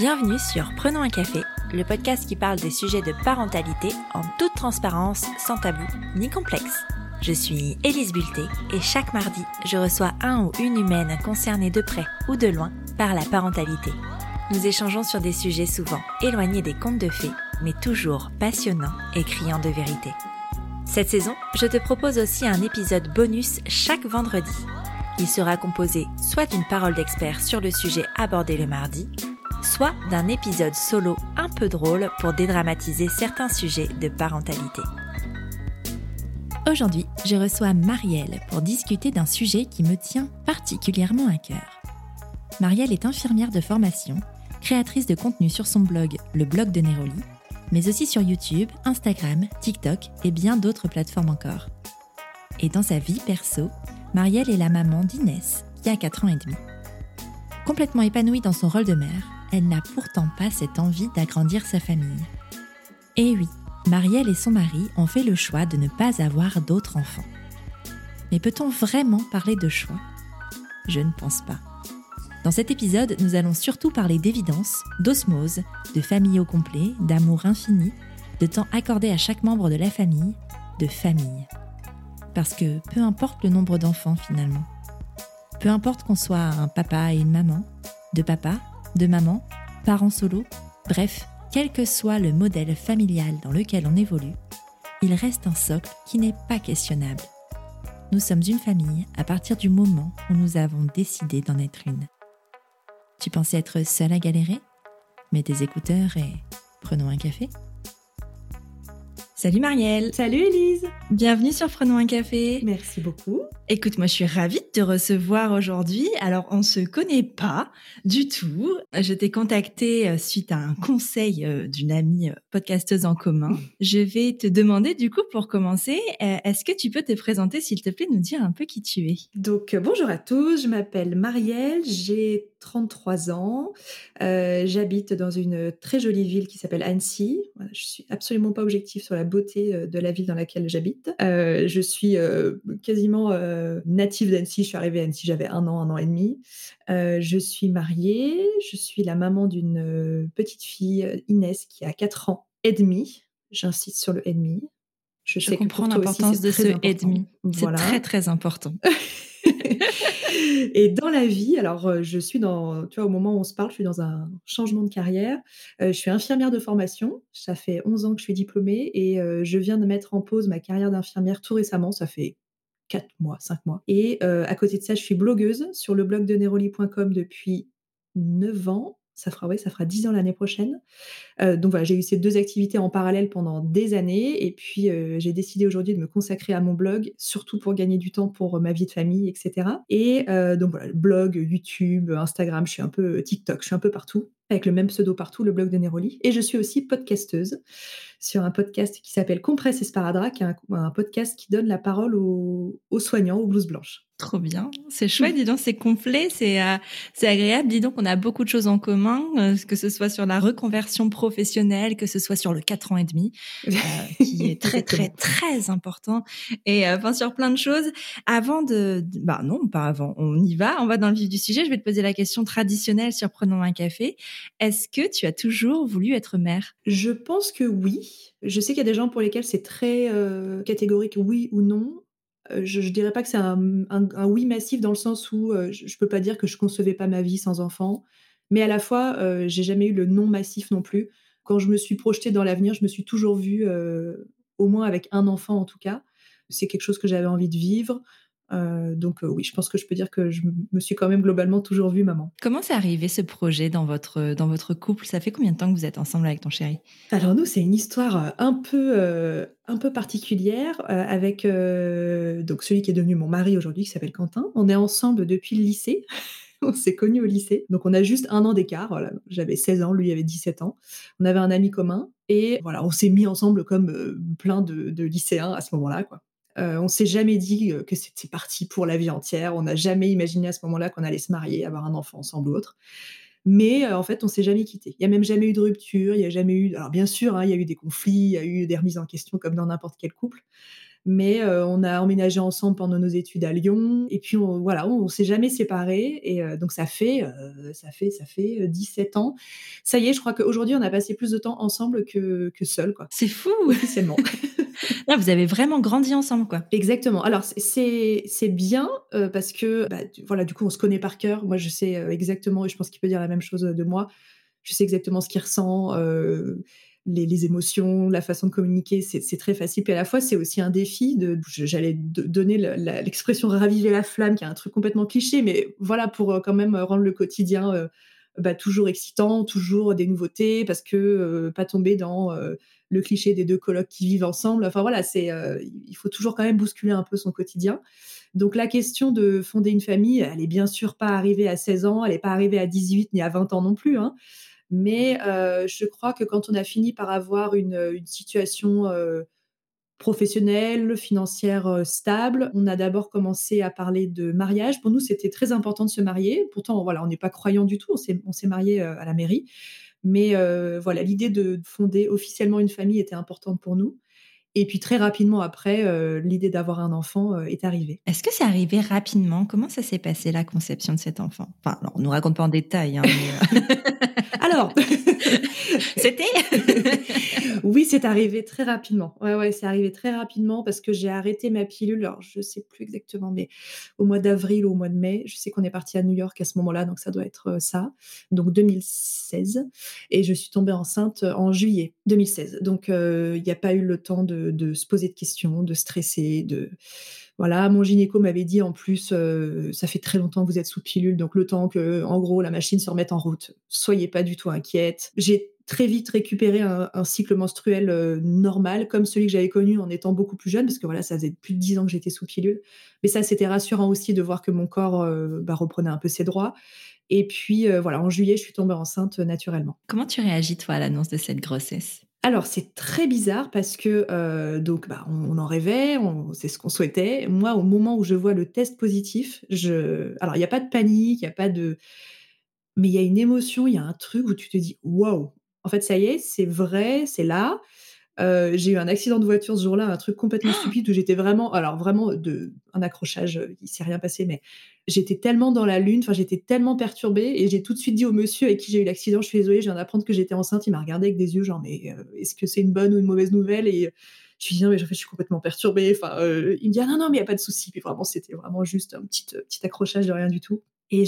Bienvenue sur Prenons un café, le podcast qui parle des sujets de parentalité en toute transparence, sans tabou ni complexe. Je suis Élise Bulté et chaque mardi, je reçois un ou une humaine concernée de près ou de loin par la parentalité. Nous échangeons sur des sujets souvent éloignés des contes de fées, mais toujours passionnants et criants de vérité. Cette saison, je te propose aussi un épisode bonus chaque vendredi. Il sera composé soit d'une parole d'expert sur le sujet abordé le mardi, soit d'un épisode solo un peu drôle pour dédramatiser certains sujets de parentalité. Aujourd'hui, je reçois Marielle pour discuter d'un sujet qui me tient particulièrement à cœur. Marielle est infirmière de formation, créatrice de contenu sur son blog, le blog de Néroli, mais aussi sur YouTube, Instagram, TikTok et bien d'autres plateformes encore. Et dans sa vie perso, Marielle est la maman d'Inès, qui a 4 ans et demi. Complètement épanouie dans son rôle de mère, elle n'a pourtant pas cette envie d'agrandir sa famille. Et oui, Marielle et son mari ont fait le choix de ne pas avoir d'autres enfants. Mais peut-on vraiment parler de choix ? Je ne pense pas. Dans cet épisode, nous allons surtout parler d'évidence, d'osmose, de famille au complet, d'amour infini, de temps accordé à chaque membre de la famille, de famille. Parce que peu importe le nombre d'enfants finalement. Peu importe qu'on soit un papa et une maman, de papa, de maman, parents solo, bref, quel que soit le modèle familial dans lequel on évolue, il reste un socle qui n'est pas questionnable. Nous sommes une famille à partir du moment où nous avons décidé d'en être une. Tu pensais être seule à galérer ? Mets tes écouteurs et prenons un café. Salut Marielle. Salut Élise. Bienvenue sur Prenons un café. Merci beaucoup. Écoute, moi je suis ravie de te recevoir aujourd'hui. Alors on se connaît pas du tout. Je t'ai contactée suite à un conseil d'une amie podcasteuse en commun. Je vais te demander du coup pour commencer, est-ce que tu peux te présenter s'il te plaît, nous dire un peu qui tu es ? Donc bonjour à tous, je m'appelle Marielle, j'ai 33 ans, j'habite dans une très jolie ville qui s'appelle Annecy. Voilà, je suis absolument pas objective sur la beauté de la ville dans laquelle j'habite. Je suis quasiment native d'Annecy, je suis arrivée à Annecy, j'avais un an et demi. Je suis mariée, je suis la maman d'une petite fille, Inès, qui a 4 ans et demi. J'insiste sur le et demi. Je sais comprends l'importance de ce et demi. Voilà. C'est très très important. Et dans la vie, alors je suis au moment où on se parle, je suis dans un changement de carrière. Je suis infirmière de formation. Ça fait 11 ans que je suis diplômée et je viens de mettre en pause ma carrière d'infirmière tout récemment. Ça fait 4 mois, 5 mois. Et à côté de ça, je suis blogueuse sur le blog de Neroli.com depuis 9 ans. Ça fera 10 ans l'année prochaine. Donc voilà, j'ai eu ces 2 activités en parallèle pendant des années et puis j'ai décidé aujourd'hui de me consacrer à mon blog, surtout pour gagner du temps pour ma vie de famille, etc. Et donc voilà, blog, YouTube, Instagram, je suis un peu TikTok, je suis un peu partout, avec le même pseudo partout, le blog de Néroli. Et je suis aussi podcasteuse sur un podcast qui s'appelle Compresse et Sparadrap, qui est un podcast qui donne la parole aux soignants, aux blouses blanches. Trop bien, c'est chouette, dis donc, c'est complet, c'est agréable, dis donc, on a beaucoup de choses en commun, que ce soit sur la reconversion professionnelle, que ce soit sur le 4 ans et demi, qui est très très très important, et sur plein de choses. Non, pas avant, on y va, on va dans le vif du sujet. Je vais te poser la question traditionnelle sur Prenons un café. Est-ce que tu as toujours voulu être mère ? Je pense que oui. Je sais qu'il y a des gens pour lesquels c'est très catégorique, oui ou non. Je dirais pas que c'est un oui massif dans le sens où je peux pas dire que je concevais pas ma vie sans enfant, mais à la fois j'ai jamais eu le non massif non plus. Quand je me suis projetée dans l'avenir, je me suis toujours vue au moins avec un enfant en tout cas. C'est quelque chose que j'avais envie de vivre. Donc oui, je pense que je peux dire que je me suis quand même globalement toujours vue maman. Comment c'est arrivé ce projet dans votre couple ? Ça fait combien de temps que vous êtes ensemble avec ton chéri ? Alors nous, c'est une histoire un peu particulière avec donc celui qui est devenu mon mari aujourd'hui, qui s'appelle Quentin. On est ensemble depuis le lycée. On s'est connus au lycée. Donc on a juste 1 an d'écart. Voilà. J'avais 16 ans, lui avait 17 ans. On avait un ami commun et voilà, on s'est mis ensemble comme plein de lycéens à ce moment-là, quoi. On s'est jamais dit que c'était parti pour la vie entière. On n'a jamais imaginé à ce moment-là qu'on allait se marier, avoir un enfant ensemble ou autre. Mais en fait, on s'est jamais quittés. Il y a même jamais eu de rupture, il y a jamais eu. Alors bien sûr, hein, il y a eu des conflits, il y a eu des remises en question comme dans n'importe quel couple. Mais on a emménagé ensemble pendant nos études à Lyon et puis on s'est jamais séparés et donc ça fait 17 ans. Ça y est, je crois qu'aujourd'hui, on a passé plus de temps ensemble que seuls, quoi, C'est fou! officiellement. Là, vous avez vraiment grandi ensemble, quoi. Exactement. Alors c'est bien, parce que, bah, du coup, on se connaît par cœur. Moi, je sais, exactement et je pense qu'il peut dire la même chose, de moi. Je sais exactement ce qu'il ressent, les émotions, la façon de communiquer, c'est très facile. Puis à la fois, c'est aussi un défi j'allais donner l'expression raviver la flamme, qui est un truc complètement cliché, mais voilà, pour quand même rendre le quotidien toujours excitant, toujours des nouveautés, parce que pas tomber dans le cliché des deux colocs qui vivent ensemble. Enfin voilà, il faut toujours quand même bousculer un peu son quotidien. Donc la question de fonder une famille, elle est bien sûr pas arrivée à 16 ans, elle est pas arrivée à 18 ni à 20 ans non plus, hein. Mais je crois que quand on a fini par avoir une situation professionnelle, financière, stable, on a d'abord commencé à parler de mariage. Pour nous, c'était très important de se marier. Pourtant, voilà, on n'est pas croyants du tout. On s'est mariés à la mairie. Mais voilà, l'idée de fonder officiellement une famille était importante pour nous. Et puis très rapidement après, l'idée d'avoir un enfant est arrivée. Est-ce que c'est arrivé rapidement? Comment ça s'est passé, la conception de cet enfant? Enfin, alors, on nous raconte pas en détail, hein, mais Alors c'était? oui, c'est arrivé très rapidement. Ouais, ouais, c'est arrivé très rapidement parce que j'ai arrêté ma pilule, alors je sais plus exactement, mais au mois d'avril ou au mois de mai. Je sais qu'on est partis à New York à ce moment-là, donc ça doit être, ça, donc 2016 et je suis tombée enceinte, en juillet 2016. Donc il y a pas eu le temps de se poser de questions, de stresser, voilà. Mon gynéco m'avait dit en plus, «Ça fait très longtemps que vous êtes sous pilule, donc le temps que, en gros, la machine se remette en route, soyez pas du tout inquiète». J'ai très vite récupéré un cycle menstruel, normal, comme celui que j'avais connu en étant beaucoup plus jeune, parce que voilà, ça faisait plus de 10 ans que j'étais sous pilule. Mais ça, c'était rassurant aussi de voir que mon corps, reprenait un peu ses droits. Et puis, voilà, en juillet, je suis tombée enceinte, naturellement. Comment tu réagis, toi, à l'annonce de cette grossesse? Alors c'est très bizarre parce que, donc on en rêvait, c'est ce qu'on souhaitait. Moi, au moment où je vois le test positif, alors il y a pas de panique, il y a pas de mais il y a une émotion, il y a un truc où tu te dis: «Waouh!» En fait, ça y est, c'est vrai, c'est là. J'ai eu un accident de voiture ce jour-là, un truc complètement stupide où j'étais vraiment alors vraiment un accrochage, il s'est rien passé, mais j'étais tellement dans la lune, enfin j'étais tellement perturbée et j'ai tout de suite dit au monsieur avec qui j'ai eu l'accident: «Je suis désolée, je viens d'apprendre que j'étais enceinte». Il m'a regardé avec des yeux genre: «Mais, est-ce que c'est une bonne ou une mauvaise nouvelle?» Et je lui ai dit: «Non mais en fait je suis complètement perturbée». Enfin, il me dit: «Ah non, non, mais il y a pas de souci». Puis vraiment c'était vraiment juste un petit accrochage de rien du tout et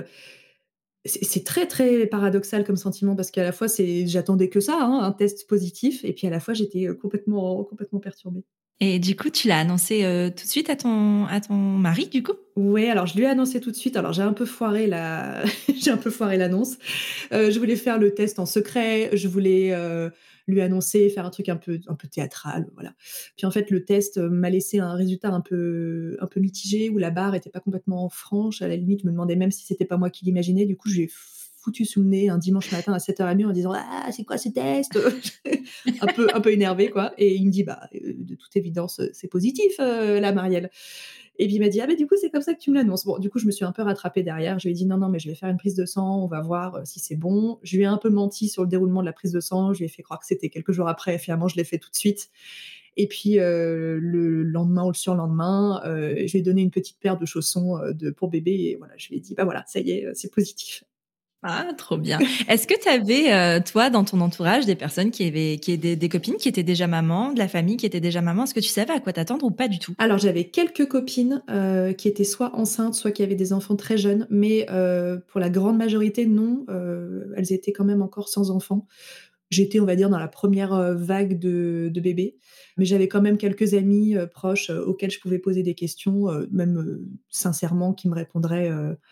c'est très, très paradoxal comme sentiment parce qu'à la fois j'attendais que ça, hein, un test positif et puis à la fois j'étais, complètement perturbée. Et du coup, tu l'as annoncé, tout de suite à ton mari, du coup? Ouais, alors je lui ai annoncé tout de suite, alors j'ai un peu foiré la j'ai un peu foiré l'annonce. Je voulais faire le test en secret, je voulais, lui annoncer, faire un truc un peu théâtral, voilà. Puis en fait, le test, m'a laissé un résultat un peu mitigé où la barre était pas complètement franche. À la limite, je me demandais même si c'était pas moi qui l'imaginais. Du coup, je lui ai foutu sous le nez un dimanche matin à 7h30 en disant: «Ah, c'est quoi ce test?» un peu énervée, quoi et il me dit: «Bah, de toute évidence, c'est positif, là, Marielle». Et puis il m'a dit: «Ah bah, du coup, c'est comme ça que tu me l'annonces». Bon, du coup, je me suis un peu rattrapée derrière. Je lui ai dit: «Non, non, mais je vais faire une prise de sang, on va voir, si c'est bon». Je lui ai un peu menti sur le déroulement de la prise de sang. Je lui ai fait croire que c'était quelques jours après. Finalement, je l'ai fait tout de suite. Et puis, le lendemain ou le surlendemain, je lui ai donné une petite paire de chaussons, pour bébé et voilà, je lui ai dit: «Bah, voilà, ça y est, c'est positif». Ah, trop bien. Est-ce que tu avais, toi, dans ton entourage, des personnes qui étaient des copines qui étaient déjà mamans, de la famille qui était déjà maman? Est-ce que tu savais à quoi t'attendre ou pas du tout? Alors j'avais quelques copines, qui étaient soit enceintes, soit qui avaient des enfants très jeunes, mais pour la grande majorité non, elles étaient quand même encore sans enfants. J'étais, on va dire, dans la première vague de bébés, mais j'avais quand même quelques amis, proches, auxquels je pouvais poser des questions, même, sincèrement, qui me répondraient,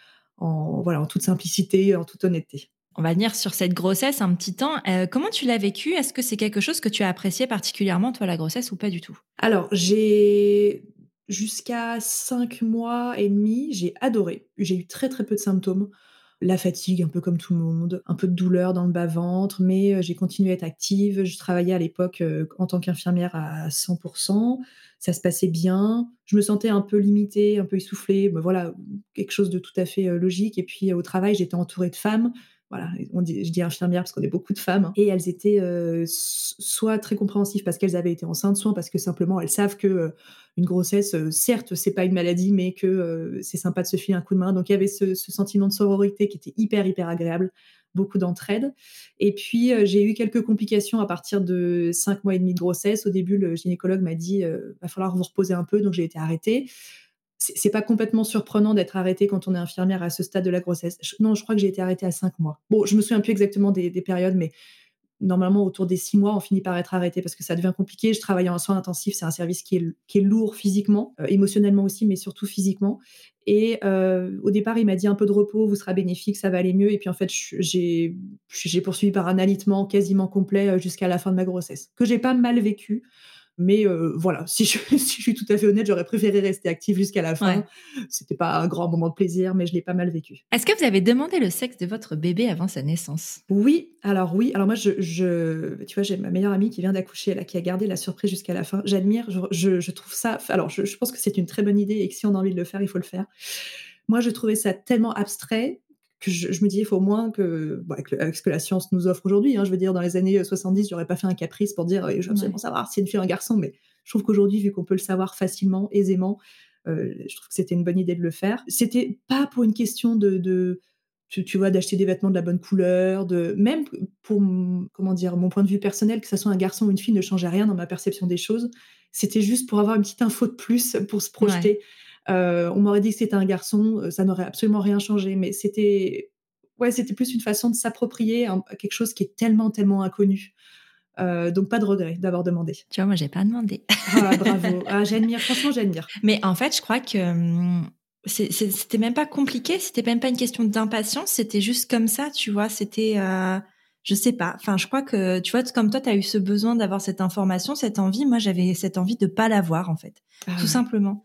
en toute simplicité, en toute honnêteté. On va venir sur cette grossesse un petit temps. Comment tu l'as vécue? Est-ce que c'est quelque chose que tu as apprécié particulièrement, toi, la grossesse, ou pas du tout? Alors, j'ai jusqu'à 5 mois et demi, j'ai adoré. J'ai eu très, très peu de symptômes. La fatigue, un peu comme tout le monde, un peu de douleur dans le bas-ventre, mais j'ai continué à être active. Je travaillais à l'époque, en tant qu'infirmière à 100. Ça se passait bien. Je me sentais un peu limitée, un peu essoufflée, bah, voilà, quelque chose de tout à fait, logique et puis, au travail, j'étais entourée de femmes. voilà, je dis infirmières parce qu'on est beaucoup de femmes, hein, et elles étaient soit très compréhensives parce qu'elles avaient été enceintes, soit parce que simplement elles savent que une grossesse, certes, c'est pas une maladie, mais que c'est sympa de se filer un coup de main. Donc il y avait ce sentiment de sororité qui était hyper, hyper agréable, beaucoup d'entraide. Et puis j'ai eu quelques complications à partir de 5 mois et demi de grossesse. Au début, le gynécologue m'a dit va falloir vous reposer un peu, donc j'ai été arrêtée. C'est pas complètement surprenant d'être arrêtée quand on est infirmière à ce stade de la grossesse. Non, je crois que j'ai été arrêtée à 5 mois. Bon, je me souviens plus exactement des périodes, mais normalement, autour des 6 mois, on finit par être arrêté parce que ça devient compliqué. Je travaille en soins intensifs, c'est un service qui est lourd physiquement, émotionnellement aussi, mais surtout physiquement. Et au départ, il m'a dit: «Un peu de repos vous sera bénéfique, ça va aller mieux», et puis en fait, j'ai poursuivi par un alitement quasiment complet, jusqu'à la fin de ma grossesse, que j'ai pas mal vécu. Mais voilà, si je si je suis tout à fait honnête, j'aurais préféré rester active jusqu'à la fin. Ouais. C'était pas un grand moment de plaisir, mais je l'ai pas mal vécu. Est-ce que vous avez demandé le sexe de votre bébé avant sa naissance? Oui. Alors moi, tu vois, j'ai ma meilleure amie qui vient d'accoucher là, qui a gardé la surprise jusqu'à la fin. J'admire, je trouve ça, alors je pense que c'est une très bonne idée et que si on a envie de le faire, il faut le faire. Moi, je trouvais ça tellement abstrait que je me disais: «Il faut au moins que», bah, avec ce que la science nous offre aujourd'hui, hein, je veux dire dans les années 70, j'aurais pas fait un caprice pour dire: «Je veux absolument Ouais. savoir si c'est une fille ou un garçon», mais je trouve qu'aujourd'hui, vu qu'on peut le savoir facilement, aisément, je trouve que c'était une bonne idée de le faire. C'était pas pour une question de tu vois, d'acheter des vêtements de la bonne couleur, de même pour comment dire? Mon point de vue personnel, que ça soit un garçon ou une fille ne changeait rien dans ma perception des choses. C'était juste pour avoir une petite info de plus pour se Ouais. projeter. On m'aurait dit que c'était un garçon, ça n'aurait absolument rien changé, mais c'était plus une façon de s'approprier quelque chose qui est tellement, tellement inconnu. Donc pas de regret d'avoir demandé. Tu vois, moi, j'ai pas demandé. Ah bravo! Ah j'admire, franchement j'admire. Mais en fait, je crois que, c'était même pas compliqué, c'était même pas une question d'impatience, c'était juste comme ça, tu vois? C'était, je sais pas, enfin, je crois que, tu vois, comme toi, tu as eu ce besoin d'avoir cette information, cette envie, moi, j'avais cette envie de pas l'avoir, en fait, Ah tout ouais. simplement.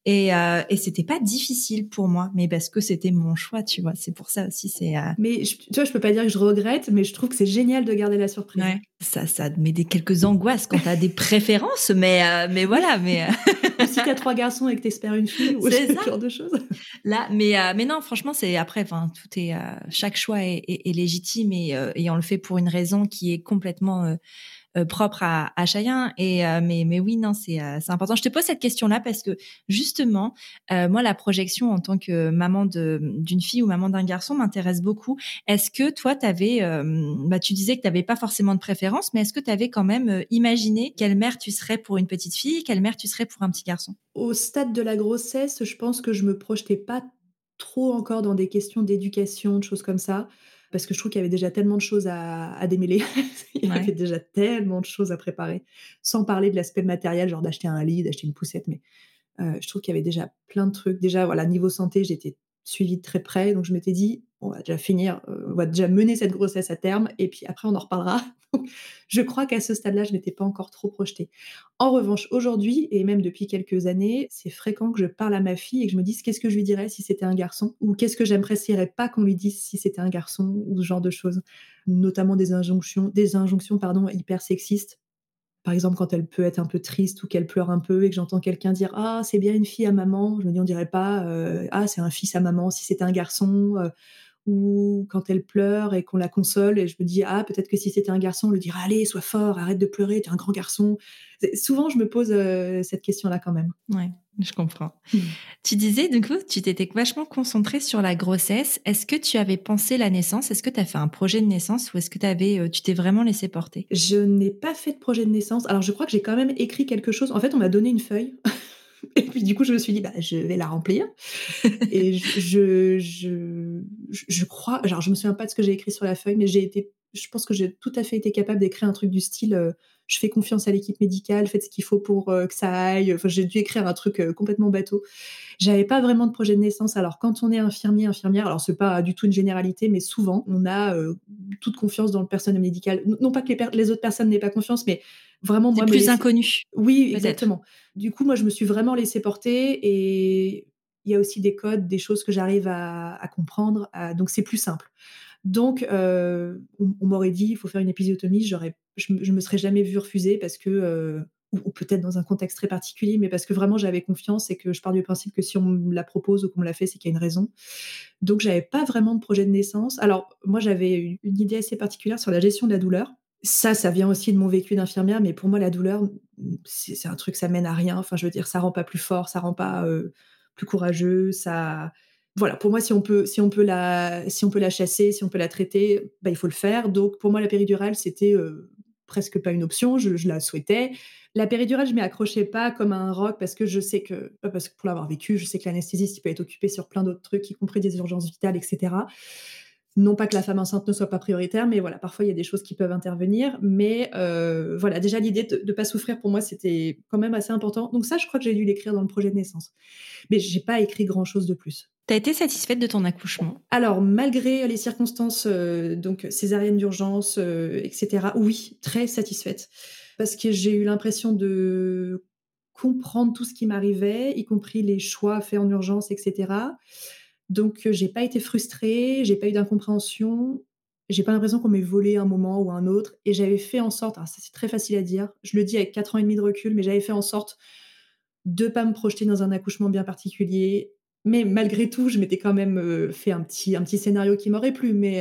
Et c'était pas difficile pour moi, mais parce que c'était mon choix, tu vois? C'est pour ça aussi, Mais tu vois, je peux pas dire que je regrette, mais je trouve que c'est génial de garder la surprise. ouais, ça te met quelques angoisses quand tu as des préférences, mais Oui, voilà, ou si tu as 3 garçons et que tu espères une fille ou c'est ce ça. genre de choses. Là, mais non, franchement, c'est après, enfin, tout est, chaque choix est légitime et on le fait pour une raison qui est complètement propre à chacun. Mais oui, non, c'est important. Je te pose cette question-là parce que justement, moi, la projection en tant que maman d'une fille ou maman d'un garçon m'intéresse beaucoup. Est-ce que toi, t'avais, bah, tu disais que t'avais pas forcément de préférence, mais est-ce que tu avais quand même imaginé quelle mère tu serais pour une petite fille, quelle mère tu serais pour un petit garçon? Au stade de la grossesse, je pense que je me projetais pas trop encore dans des questions d'éducation, de choses comme ça, parce que je trouve qu'il y avait déjà tellement de choses à démêler. Il y avait Ouais. déjà tellement de choses à préparer, sans parler de l'aspect matériel, genre d'acheter un lit, d'acheter une poussette, mais je trouve qu'il y avait déjà plein de trucs. Déjà, voilà, niveau santé, j'étais suivie de très près, donc je m'étais dit: «On va déjà finir, on va déjà mener cette grossesse à terme et puis après on en reparlera». Donc je crois qu'à ce stade-là, je m'étais pas encore trop projetée. En revanche, aujourd'hui et même depuis quelques années, c'est fréquent que je parle à ma fille et que je me dise: «Qu'est-ce que je lui dirais si c'était un garçon?» ou «Qu'est-ce que j'apprécierais pas qu'on lui dise si c'était un garçon?» ou ce genre de choses. Notamment des injonctions, pardon, hyper sexistes. Par exemple, quand elle peut être un peu triste ou qu'elle pleure un peu et que j'entends quelqu'un dire: «Ah, c'est bien une fille à maman», je me dis: «On dirait pas, ah, c'est un fils à maman si c'était un garçon», ou quand elle pleure et qu'on la console et je me dis: «Ah, peut-être que si c'était un garçon, on lui dirait: "Allez, sois fort, arrête de pleurer, tu es un grand garçon"». Souvent, je me pose, cette question-là quand même. Ouais, je comprends. Mmh. Tu disais, du coup, tu t'étais vachement concentrée sur la grossesse. Est-ce que tu avais pensé la naissance? Est-ce que tu as fait un projet de naissance ou est-ce que tu t'es vraiment laissée porter? Je n'ai pas fait de projet de naissance. Alors je crois que j'ai quand même écrit quelque chose. En fait, on m'a donné une feuille et puis du coup, je me suis dit: «Bah, je vais la remplir». Et je crois, genre je me souviens pas de ce que j'ai écrit sur la feuille, mais je pense que j'ai tout à fait été capable d'écrire un truc du style, «Je fais confiance à l'équipe médicale, faites ce qu'il faut pour, que ça aille». Enfin, j'ai dû écrire un truc, complètement bateau. J'avais pas vraiment de projet de naissance. Alors quand on est infirmier, infirmière, alors c'est pas du tout une généralité, mais souvent on a, toute confiance dans le personnel médical. Non pas que les autres personnes n'aient pas confiance, mais vraiment C'est moi me plus laisser. inconnu, Oui, peut-être? exactement. Du coup, moi je me suis vraiment laissée porter et il y a aussi des codes, des choses que j'arrive à comprendre, donc c'est plus simple. Donc on m'aurait dit: «Il faut faire une épisiotomie», je me serais jamais vue refuser parce que, ou peut-être dans un contexte très particulier, mais parce que vraiment j'avais confiance et que je pars du principe que si on me la propose ou qu'on me l'a fait, c'est qu'il y a une raison. Donc j'avais pas vraiment de projet de naissance. Alors moi, j'avais une idée assez particulière sur la gestion de la douleur. Ça vient aussi de mon vécu d'infirmière, mais pour moi, la douleur, c'est un truc, ça mène à rien. Enfin, je veux dire, ça rend pas plus fort, ça rend pas, plus courageux, ça voilà, pour moi, si on peut la chasser, si on peut la traiter, bah, il faut le faire. Donc pour moi, la péridurale, c'était, presque pas une option, je la souhaitais. La péridurale, je m'y accrochais pas comme à un roc parce que je sais que parce que pour l'avoir vécu, je sais que l'anesthésiste, il peut être occupé sur plein d'autres trucs, y compris des urgences vitales et cetera. Non pas que la femme enceinte ne soit pas prioritaire, mais voilà, parfois il y a des choses qui peuvent intervenir. Mais voilà, déjà l'idée de pas souffrir pour moi, c'était quand même assez important. Donc ça, je crois que j'ai dû l'écrire dans le projet de naissance. Mais j'ai pas écrit grand-chose de plus. T'as été satisfaite de ton accouchement? Alors malgré les circonstances, donc césarienne d'urgence, et cetera, oui, très satisfaite. Parce que j'ai eu l'impression de comprendre tout ce qui m'arrivait, y compris les choix faits en urgence et cetera. Donc j'ai pas été frustrée, j'ai pas eu d'incompréhension, j'ai pas l'impression qu'on m'ait volé un moment ou un autre et j'avais fait en sorte, alors ça c'est très facile à dire, je le dis avec 4 ans et demi de recul, mais j'avais fait en sorte de pas me projeter dans un accouchement bien particulier. Mais malgré tout, je m'étais quand même, fait un petit scénario qui m'aurait plu, mais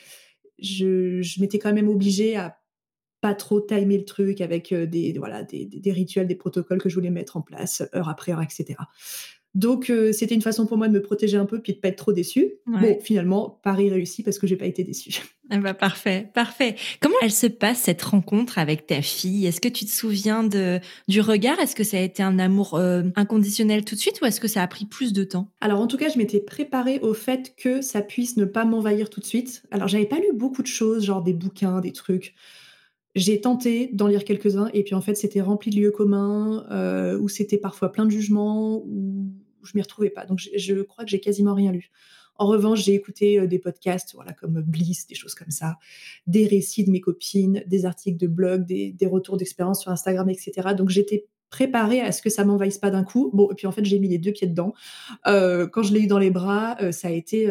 je m'étais quand même obligée à pas trop timer le truc avec, des rituels, des protocoles que je voulais mettre en place, heure après heure et cetera. Donc c'était une façon pour moi de me protéger un peu, puis de pas être trop déçue. Bon, Ouais. finalement, pari réussi parce que j'ai pas été déçue. Ah bah parfait, parfait. Comment elle se passe cette rencontre avec ta fille? Est-ce que tu te souviens du regard? Est-ce que ça a été un amour inconditionnel tout de suite ou est-ce que ça a pris plus de temps? Alors en tout cas, je m'étais préparée au fait que ça puisse ne pas m'envahir tout de suite. Alors j'avais pas lu beaucoup de choses, genre des bouquins, des trucs. J'ai tenté d'en lire quelques-uns et puis en fait, c'était rempli de lieux communs, où c'était parfois plein de jugements, où je m'y retrouvais pas. Donc je crois que j'ai quasiment rien lu. En revanche, j'ai écouté, des podcasts, voilà, comme Bliss, des choses comme ça, des récits de mes copines, des articles de blog, des retours d'expérience sur Instagram et cetera. Donc j'étais préparée à ce que ça m'envahisse pas d'un coup. Bon et puis en fait, j'ai mis les 2 pieds dedans. Quand je l'ai eu dans les bras, ça a été,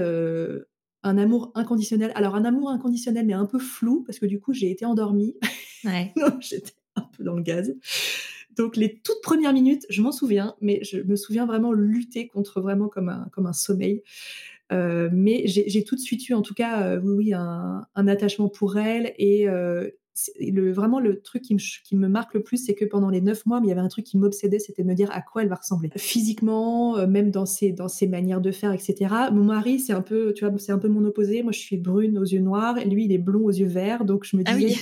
un amour inconditionnel. Alors un amour inconditionnel, mais un peu flou parce que du coup, j'ai été endormie. Ouais. Donc j'étais un peu dans le gaz. Donc les toutes premières minutes, je m'en souviens, mais je me souviens vraiment lutter contre vraiment comme un sommeil. Mais j'ai tout de suite eu en tout cas, oui, oui, un attachement pour elle et c'est vraiment le truc qui me marque le plus, c'est que pendant les 9 mois, mais il y avait un truc qui m'obsédait, c'était de me dire à quoi elle va ressembler. Physiquement, même dans ses manières de faire et cetera. Mon mari, c'est un peu, tu vois, c'est un peu mon opposé. Moi, je suis brune aux yeux noirs et lui, il est blond aux yeux verts. Donc je me Ah disais, oui.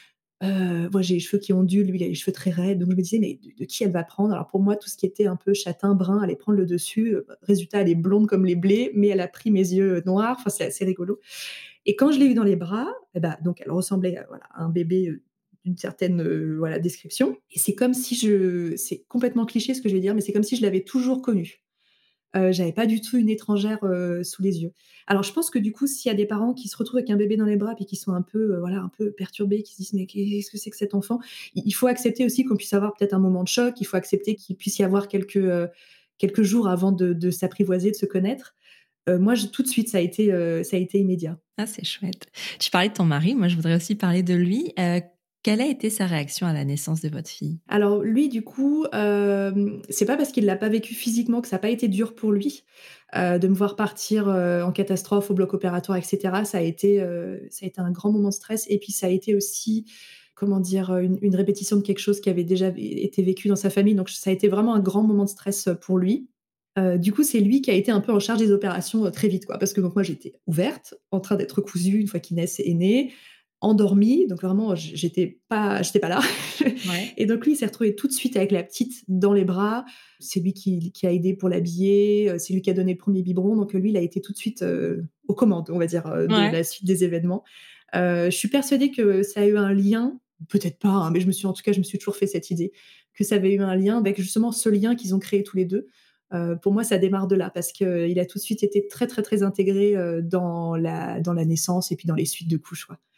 moi, j'ai les cheveux qui ondulent, lui, il a les cheveux très raides, donc je me disais: «Mais de qui elle va prendre?» Alors pour moi, tout ce qui était un peu châtain, brun allait prendre le dessus, résultat, elle est blonde comme les blés, mais elle a pris mes yeux, noirs, enfin, c'est assez rigolo et quand je l'ai eue dans les bras, et bah, donc elle ressemblait à voilà, à un bébé, d'une certaine, voilà, description et c'est complètement cliché ce que je vais dire, mais c'est comme si je l'avais toujours connue. J'avais pas du tout une étrangère, sous les yeux. Alors je pense que du coup, s'il y a des parents qui se retrouvent avec un bébé dans les bras puis qui sont un peu, voilà, un peu perturbés, qui se disent: «Mais qu'est-ce que c'est que cet enfant?» Il faut accepter aussi qu'on puisse avoir peut-être un moment de choc, il faut accepter qu'il puisse y avoir quelques jours avant de s'apprivoiser, de se connaître. Moi, tout de suite, ça a été immédiat. Ah, c'est chouette. Tu parlais de ton mari, moi je voudrais aussi parler de lui. Quelle a été sa réaction à la naissance de votre fille? Alors lui, du coup, c'est pas parce qu'il l'a pas vécu physiquement que ça a pas été dur pour lui, de me voir partir, en catastrophe au bloc opératoire et cetera. Ça a été un grand moment de stress et puis ça a été aussi, comment dire? Une répétition de quelque chose qui avait déjà été vécu dans sa famille, donc ça a été vraiment un grand moment de stress, pour lui. Du coup, c'est lui qui a été un peu en charge des opérations, très vite, quoi. Parce que donc moi, j'étais ouverte, en train d'être cousue une fois qu'Inès est née, endormie, donc vraiment j'étais pas là. Ouais. Et donc lui, il s'est retrouvé tout de suite avec la petite dans les bras. C'est lui qui a aidé pour l'habiller, c'est lui qui a donné le premier biberon, donc lui, il a été tout de suite, aux commandes, on va dire, de Ouais. la suite des événements. Je suis persuadée que ça a eu un lien, peut-être pas, hein, mais en tout cas, je me suis toujours fait cette idée, que ça avait eu un lien avec justement ce lien qu'ils ont créé tous les 2. Pour moi, ça démarre de là parce qu'il a tout de suite été très, très, très intégré, dans la naissance et puis dans les suites de couches, quoi.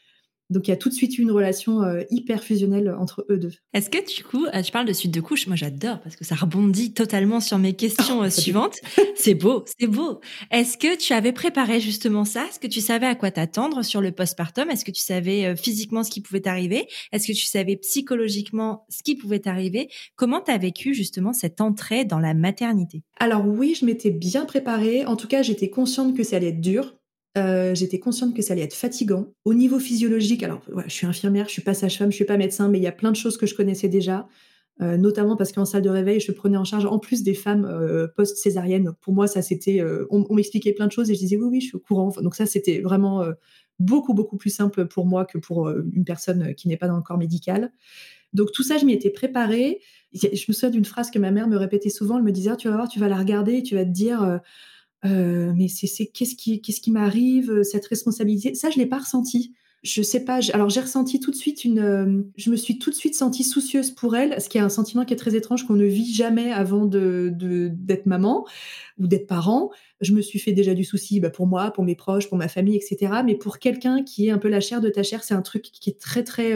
Donc il y a tout de suite eu une relation, hyper fusionnelle entre eux 2. Est-ce que du coup, tu parles de suite de couches, moi j'adore parce que ça rebondit totalement sur mes questions, Ça fait suivantes. C'est beau, c'est beau. Est-ce que tu avais préparé justement ça? Est-ce que tu savais à quoi t'attendre sur le postpartum? Est-ce que tu savais, physiquement ce qui pouvait t'arriver? Est-ce que tu savais psychologiquement ce qui pouvait t'arriver? Comment tu as vécu justement cette entrée dans la maternité? Alors oui, je m'étais bien préparée. En tout cas, j'étais consciente que ça allait être dur. J'étais consciente que ça allait être fatigant. Au niveau physiologique, alors voilà, je suis infirmière, je suis pas sage-femme, je suis pas médecin, mais il y a plein de choses que je connaissais déjà, notamment parce qu'en salle de réveil, je prenais en charge en plus des femmes, post-césarienne. Pour moi, ça c'était, on m'expliquait plein de choses et je disais: «Oui, oui, je suis au courant». Enfin, donc ça, c'était vraiment, beaucoup, beaucoup plus simple pour moi que pour, une personne, qui n'est pas dans le corps médical. Donc tout ça, je m'y étais préparée. Je me souviens d'une phrase que ma mère me répétait souvent. Elle me disait: «Ah, tu vas voir, tu vas la regarder et tu vas te dire, mais c'est qu'est-ce qui m'arrive, cette responsabilité?» Ça, je l'ai pas ressenti. Je sais pas, alors j'ai ressenti tout de suite je me suis tout de suite sentie soucieuse pour elle, ce qui est un sentiment qui est très étrange, qu'on ne vit jamais avant d'être maman ou d'être parent. Je me suis fait déjà du souci, bah, pour moi, pour mes proches, pour ma famille et cetera, mais pour quelqu'un qui est un peu la chair de ta chair, c'est un truc qui est très, très,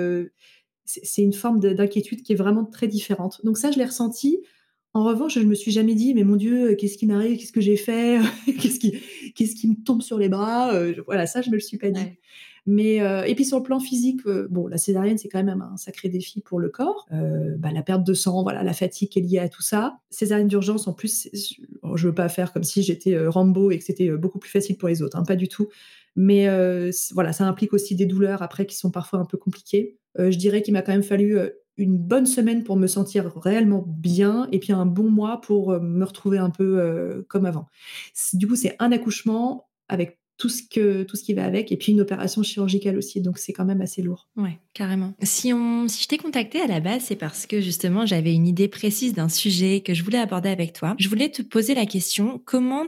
c'est une forme d'inquiétude qui est vraiment très différente. Donc ça, je l'ai ressenti. En revanche, je me suis jamais dit: «Mais mon Dieu, qu'est-ce qui m'arrive? Qu'est-ce que j'ai fait? Qu'est-ce qui qu'est-ce qui me tombe sur les bras?» Voilà, ça, je me le suis pas dit. Ouais. Mais et puis sur le plan physique, bon, la césarienne, c'est quand même un sacré défi pour le corps. Bah, la perte de sang, voilà, la fatigue qui est liée à tout ça. Césarienne d'urgence, en plus, je veux pas faire comme si j'étais, Rambo et que c'était, beaucoup plus facile pour les autres, hein, pas du tout. Mais voilà, ça implique aussi des douleurs après qui sont parfois un peu compliquées. Je dirais qu'il m'a quand même fallu, une bonne semaine pour me sentir réellement bien et puis un bon mois pour, me retrouver un peu, comme avant. Du coup, c'est un accouchement avec tout ce qui va avec et puis une opération chirurgicale aussi, donc c'est quand même assez lourd. Ouais, carrément. Si je t'ai contacté à la base, c'est parce que justement, j'avais une idée précise d'un sujet que je voulais aborder avec toi. Je voulais te poser la question, comment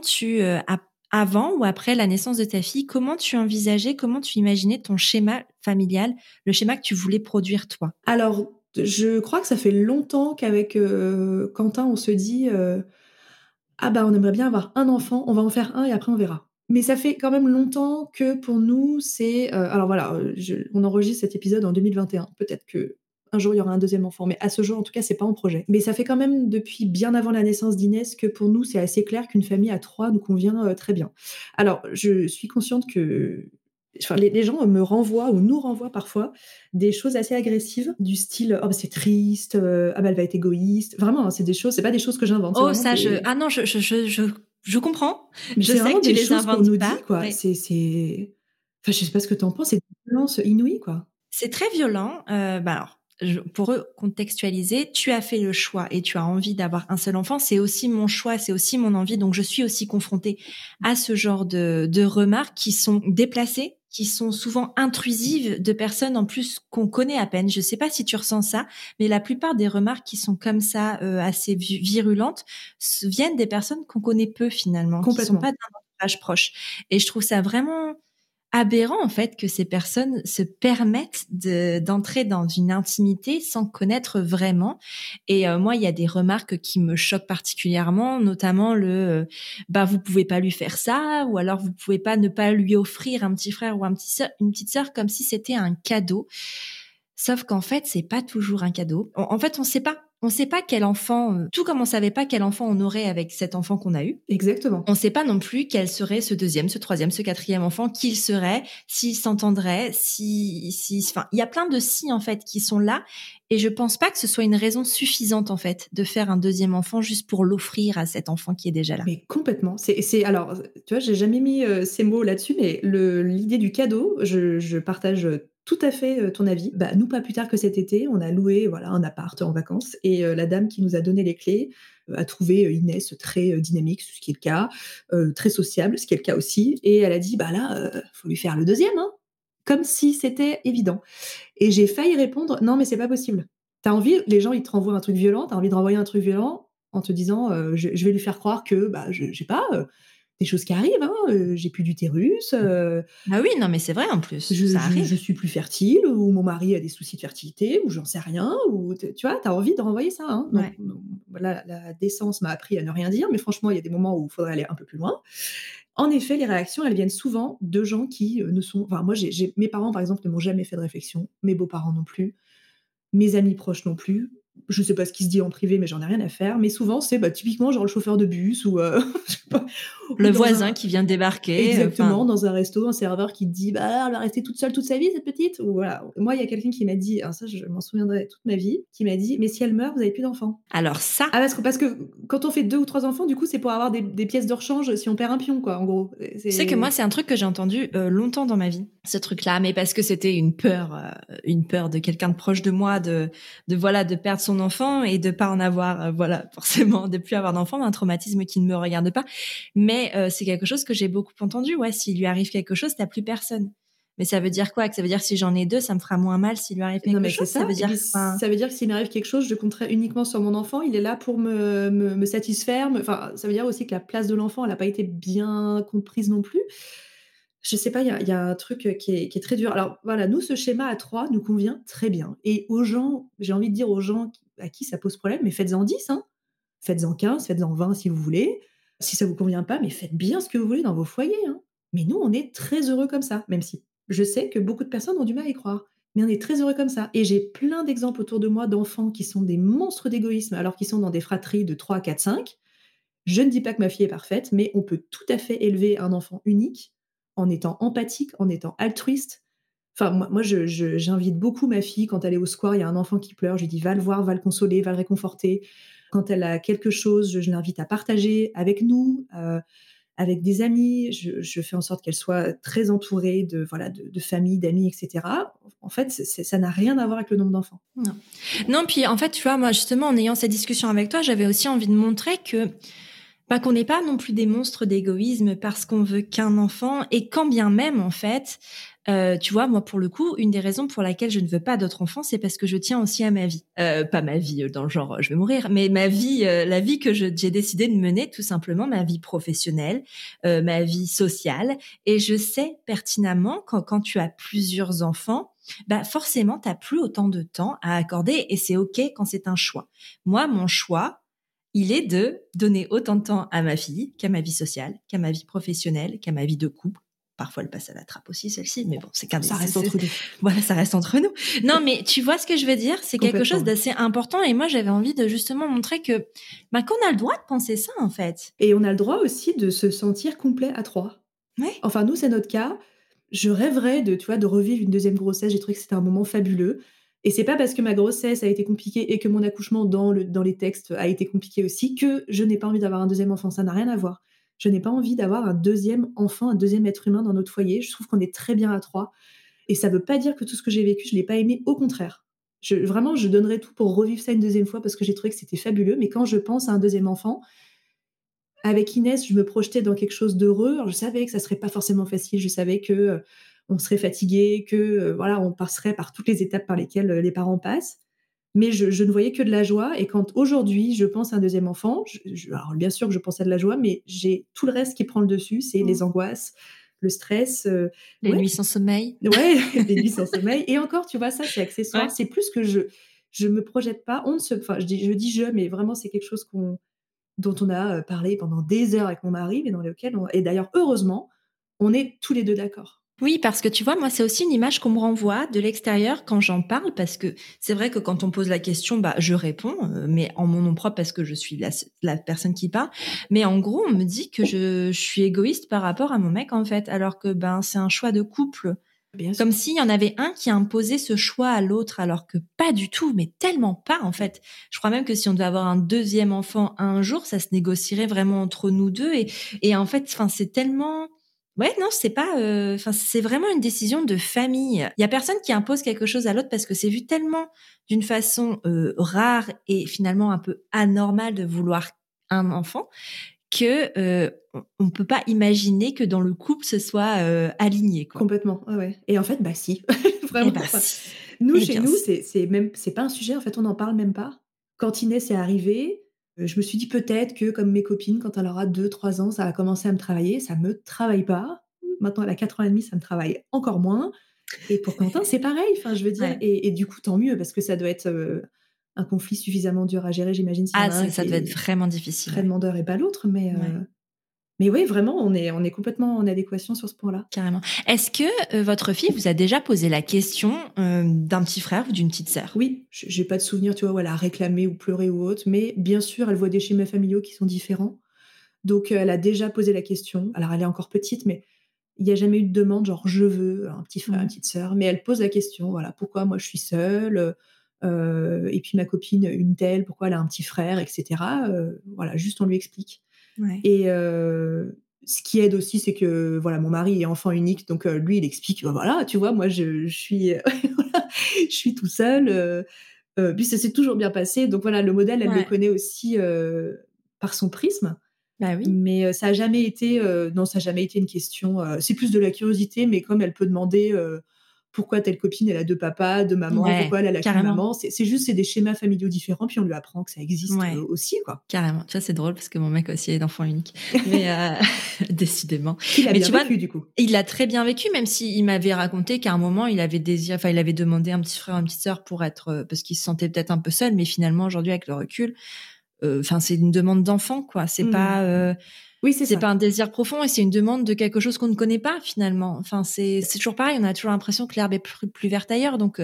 avant ou après la naissance de ta fille, comment tu imaginais ton schéma familial, le schéma que tu voulais produire toi? Alors, je crois que ça fait longtemps qu'avec, Quentin, on se dit, «Ah bah, on aimerait bien avoir un enfant, on va en faire un et après on verra». Mais ça fait quand même longtemps que pour nous, c'est, alors voilà, on enregistre cet épisode en 2021. Peut-être qu'un jour, il y aura un deuxième enfant, mais à ce jour, en tout cas, c'est pas en projet. Mais ça fait quand même depuis bien avant la naissance d'Inès que pour nous, c'est assez clair qu'une famille à 3 nous convient, très bien. Alors, je suis consciente que enfin, les gens me renvoient ou nous renvoient parfois des choses assez agressives du style: «Oh bah, c'est triste, ah bah, elle va être égoïste». Vraiment, hein, c'est pas des choses que j'invente, c'est Oh vraiment ça je des ah non, je comprends. mais Je c'est sais vraiment que tu des les choses qu'on inventes nous pas. dit, quoi. Ouais. Enfin, je sais pas ce que tu en penses, c'est une violence inouïe, quoi. C'est très violent. Bah, alors, pour eux, contextualiser, tu as fait le choix et tu as envie d'avoir un seul enfant. C'est aussi mon choix, c'est aussi mon envie. Donc, je suis aussi confrontée à ce genre de remarques qui sont déplacées, qui sont souvent intrusives de personnes en plus qu'on connaît à peine. Je sais pas si tu ressens ça, mais la plupart des remarques qui sont comme ça, assez virulentes, viennent des personnes qu'on connaît peu finalement, qui sont pas Complètement. d'un entourage proche. Et je trouve ça vraiment aberrant en fait que ces personnes se permettent d'entrer dans une intimité sans connaître vraiment. Et moi, il y a des remarques qui me choquent particulièrement, notamment bah vous pouvez pas lui faire ça, ou alors vous pouvez pas ne pas lui offrir un petit frère ou une petite sœur comme si c'était un cadeau. Sauf qu'en fait, c'est pas toujours un cadeau. En fait, on sait pas. On sait pas quel enfant, tout comme on savait pas quel enfant on aurait avec cet enfant qu'on a eu. On Exactement. ne sait pas non plus quel serait ce deuxième, ce troisième, ce quatrième enfant, qui il serait, s'il s'entendrait, enfin, il y a plein de si en fait qui sont là, et je pense pas que ce soit une raison suffisante en fait de faire un deuxième enfant juste pour l'offrir à cet enfant qui est déjà là. Mais complètement. Alors, tu vois, j'ai jamais mis, ces mots là-dessus, mais l'idée du cadeau, je partage, tout à fait, ton avis. Bah, nous, pas plus tard que cet été, on a loué, voilà, un appart en vacances et la dame qui nous a donné les clés, a trouvé, Inès très, dynamique, ce qui est le cas, très sociable, ce qui est le cas aussi et elle a dit: «Bah là, faut lui faire le deuxième, hein!» Comme si c'était évident et j'ai failli répondre: «Non, mais c'est pas possible». Les gens, ils te renvoient un truc violent, tu as envie de renvoyer un truc violent en te disant, je vais lui faire croire que, bah, je sais pas, des choses qui arrivent, hein, j'ai plus d'utérus, Ah oui, non mais c'est vrai en plus, je ça je arrive. je suis plus fertile ou mon mari a des soucis de fertilité ou j'en sais rien ou tu vois? Tu as envie de renvoyer ça, hein, donc Ouais. voilà, la décence m'a appris à ne rien dire, mais franchement, il y a des moments où il faudrait aller un peu plus loin En effet, les réactions, elles viennent souvent de gens qui, ne sont enfin moi mes parents, par exemple, ne m'ont jamais fait de réflexion, mes beaux-parents non plus. Mes amis proches non plus. Je sais pas ce qui se dit en privé, mais j'en ai rien à faire. Mais souvent, c'est, typiquement genre le chauffeur de bus ou, je sais pas, Le ou dans voisin un qui vient de débarquer, exactement, dans un resto, un serveur qui te dit: «Bah, elle va rester toute seule toute sa vie cette petite» ou voilà. Moi, il y a quelqu'un qui m'a dit, alors ça, je m'en souviendrai toute ma vie, qui m'a dit: «Mais si elle meurt, vous avez plus d'enfants». alors ça, Ah parce que quand on fait 2 ou 3 enfants, du coup, c'est pour avoir des pièces de rechange si on perd un pion, quoi, en gros. tu sais que moi, C'est c'est un truc que j'ai entendu longtemps dans ma vie, ce truc-là, mais parce que c'était une peur de quelqu'un de proche de moi, voilà, de perdre son enfant et de pas en avoir, voilà, forcément, de plus avoir d'enfant, un traumatisme qui ne me regarde pas. Mais c'est quelque chose que j'ai beaucoup entendu. Ouais, s'il lui arrive quelque chose, t'as plus personne. Mais ça veut dire quoi? Que ça veut dire que si j'en ai deux, ça me fera moins mal s'il lui arrive non, quelque mais c'est chose? Ça ça veut et dire, puis enfin, ça veut dire que s'il m'arrive quelque chose, je compterai uniquement sur mon enfant. Il est là pour me satisfaire, enfin, ça veut dire aussi que la place de l'enfant, elle a pas été bien comprise non plus. Je sais pas, il y a un truc, qui est très dur. Alors voilà, nous, ce schéma à 3 nous convient très bien et aux gens, j'ai envie de dire aux gens à qui ça pose problème, mais faites-en 10, hein. Faites-en 15, faites-en 20 si vous voulez. Si ça vous convient pas, mais faites bien ce que vous voulez dans vos foyers, hein. Mais nous, on est très heureux comme ça, même si je sais que beaucoup de personnes ont du mal à y croire. Mais on est très heureux comme ça et j'ai plein d'exemples autour de moi d'enfants qui sont des monstres d'égoïsme alors qu'ils sont dans des fratries de 3, 4, 5. Je ne dis pas que ma fille est parfaite, mais on peut tout à fait élever un enfant unique en étant empathique, en étant altruiste. Enfin, moi j'invite beaucoup ma fille quand elle est au square, il y a un enfant qui pleure, je lui dis: «Va le voir, va le consoler, va le réconforter». Quand elle a quelque chose, je l'invite à partager avec nous, avec des amis. Je fais en sorte qu'elle soit très entourée de, voilà, de famille, d'amis, et cetera. En fait, ça n'a rien à voir avec le nombre d'enfants. non. Non, puis en fait, tu vois, moi, justement, en ayant cette discussion avec toi, j'avais aussi envie de montrer que, bah, qu'on n'est pas non plus des monstres d'égoïsme parce qu'on veut qu'un enfant et quand bien même, en fait, tu vois, moi, pour le coup, une des raisons pour laquelle je ne veux pas d'autres enfants, c'est parce que je tiens aussi à ma vie. Pas ma vie dans le genre, je vais mourir, mais ma vie, la vie que j'ai décidé de mener, tout simplement, ma vie professionnelle, ma vie sociale. Et je sais pertinemment quand tu as plusieurs enfants, bah forcément, t'as plus autant de temps à accorder et c'est OK quand c'est un choix. Moi, mon choix, il est de donner autant de temps à ma fille qu'à ma vie sociale, qu'à ma vie professionnelle, qu'à ma vie de couple. Parfois, elle passe à la trappe aussi, celle-ci, mais bon, c'est qu'un Ça reste entre nous. voilà, ça reste entre nous. Non, mais tu vois ce que je veux dire? C'est quelque Complètement, chose ouais. d'assez important et moi, j'avais envie de justement montrer que, bah, qu'on a le droit de penser ça, en fait. Et on a le droit aussi de se sentir complet à 3. Ouais. Enfin, nous, c'est notre cas. Je rêverais de, tu vois, de revivre une deuxième grossesse. J'ai trouvé que c'était un moment fabuleux et c'est pas parce que ma grossesse a été compliquée et que mon accouchement dans les textes a été compliqué aussi que je n'ai pas envie d'avoir un deuxième enfant. Ça n'a rien à voir. Je n'ai pas envie d'avoir un deuxième enfant, un deuxième être humain dans notre foyer. Je trouve qu'on est très bien à 3 et ça veut pas dire que tout ce que j'ai vécu, je l'ai pas aimé. Au contraire. Vraiment, je donnerais tout pour revivre ça une deuxième fois parce que j'ai trouvé que c'était fabuleux. Mais quand je pense à un deuxième enfant, avec Inès, je me projetais dans quelque chose d'heureux. Alors je savais que ça serait pas forcément facile. Je savais que, on serait fatigué, que, voilà, on passerait par toutes les étapes par lesquelles, les parents passent. Mais je ne voyais que de la joie et quand aujourd'hui je pense à un deuxième enfant, alors bien sûr que je pense à de la joie, mais j'ai tout le reste qui prend le dessus, c'est les Mmh. angoisses, le stress, Les ouais, nuits sans sommeil. ouais, des nuits sans sommeil et encore, tu vois, ça, c'est accessoire. Ouais. C'est plus que je me projette pas. On ne se enfin, je dis «je», mais vraiment, c'est quelque chose dont on a, parlé pendant des heures avec mon mari, mais dans lequel on et d'ailleurs, heureusement, on est tous les 2 d'accord. Oui, parce que tu vois, moi, c'est aussi une image qu'on me renvoie de l'extérieur quand j'en parle, parce que c'est vrai que quand on pose la question, bah, je réponds, mais en mon nom propre parce que je suis la personne qui parle. Mais en gros, on me dit que je suis égoïste par rapport à mon mec, en fait, alors que ben, c'est un choix de couple. Bien Comme sûr. s'il y en avait un qui imposait ce choix à l'autre, alors que pas du tout, mais tellement pas, en fait. Je crois même que si on devait avoir un deuxième enfant un jour, ça se négocierait vraiment entre nous deux. Et en fait, enfin, c'est tellement, ouais, non, c'est pas, enfin, c'est vraiment une décision de famille. Il y a personne qui impose quelque chose à l'autre parce que c'est vu tellement d'une façon rare et finalement un peu anormale de vouloir un enfant que on peut pas imaginer que dans le couple ce soit aligné, quoi. Complètement, ouais, ouais et en fait, bah, si, Eh vraiment, ben enfin, si. nous, Eh chez bien nous, si. c'est pas un sujet, en fait, on n'en parle même pas. Quand Inès est arrivée, je me suis dit: «Peut-être que comme mes copines, quand elle aura 2, 3 ans, ça va commencer à me travailler». Ça me travaille pas. Maintenant, elle a 4 ans et demi, ça me travaille encore moins et pour Quentin, c'est pareil, enfin, je veux dire Ouais. et du coup, tant mieux parce que ça doit être, un conflit suffisamment dur à gérer, j'imagine, s'il y en Ah a un ça qui devait être est vraiment difficile, très ouais. demandeur et pas l'autre, mais Ouais. Mais oui, vraiment, on est complètement en adéquation sur ce point-là. Carrément. Est-ce que votre fille vous a déjà posé la question d'un petit frère ou d'une petite sœur? Oui, j'ai pas de souvenir, tu vois, où elle a réclamé ou pleuré ou autre, mais bien sûr, elle voit des schémas familiaux qui sont différents. Donc, elle a déjà posé la question. Alors, elle est encore petite, mais il y a jamais eu de demande genre: «Je veux un petit frère, une Mmh. petite sœur», mais elle pose la question, voilà: «Pourquoi moi je suis seule? Et puis ma copine, une telle, pourquoi elle a un petit frère?» et cetera. Voilà, juste on lui explique. Ouais. Et ce qui aide aussi, c'est que, voilà, mon mari est enfant unique, donc lui, il explique: «Bah, voilà, tu vois, moi je suis, voilà, je suis tout seul», puis ça s'est toujours bien passé, donc voilà, le modèle, elle le Ouais. connaît aussi, par son prisme. Bah oui. Mais ça a jamais été, non, ça a jamais été une question, c'est plus de la curiosité, mais comme elle peut demander, pourquoi telle copine, elle a 2 papas, 2 mamans, Ouais, pourquoi elle, elle a qu'une carrément. maman, c'est juste, c'est des schémas familiaux différents, puis on lui apprend que ça existe, Ouais. aussi, quoi. Carrément. Tu vois, c'est drôle parce que mon mec aussi est d'enfant unique. Mais décidément. Qu'il a Mais bien tu vois, vécu, du coup. il l'a très bien vécu, même s'il m'avait raconté qu'à un moment, il avait demandé un petit frère, une petite sœur pour être, parce qu'il se sentait peut-être un peu seul, mais finalement, aujourd'hui, avec le recul, enfin, c'est une demande d'enfant, quoi. Mmh. Oui, c'est C'est ça. pas un désir profond et c'est une demande de quelque chose qu'on ne connaît pas, finalement. Enfin, c'est toujours pareil. On a toujours l'impression que l'herbe est plus verte ailleurs. Donc,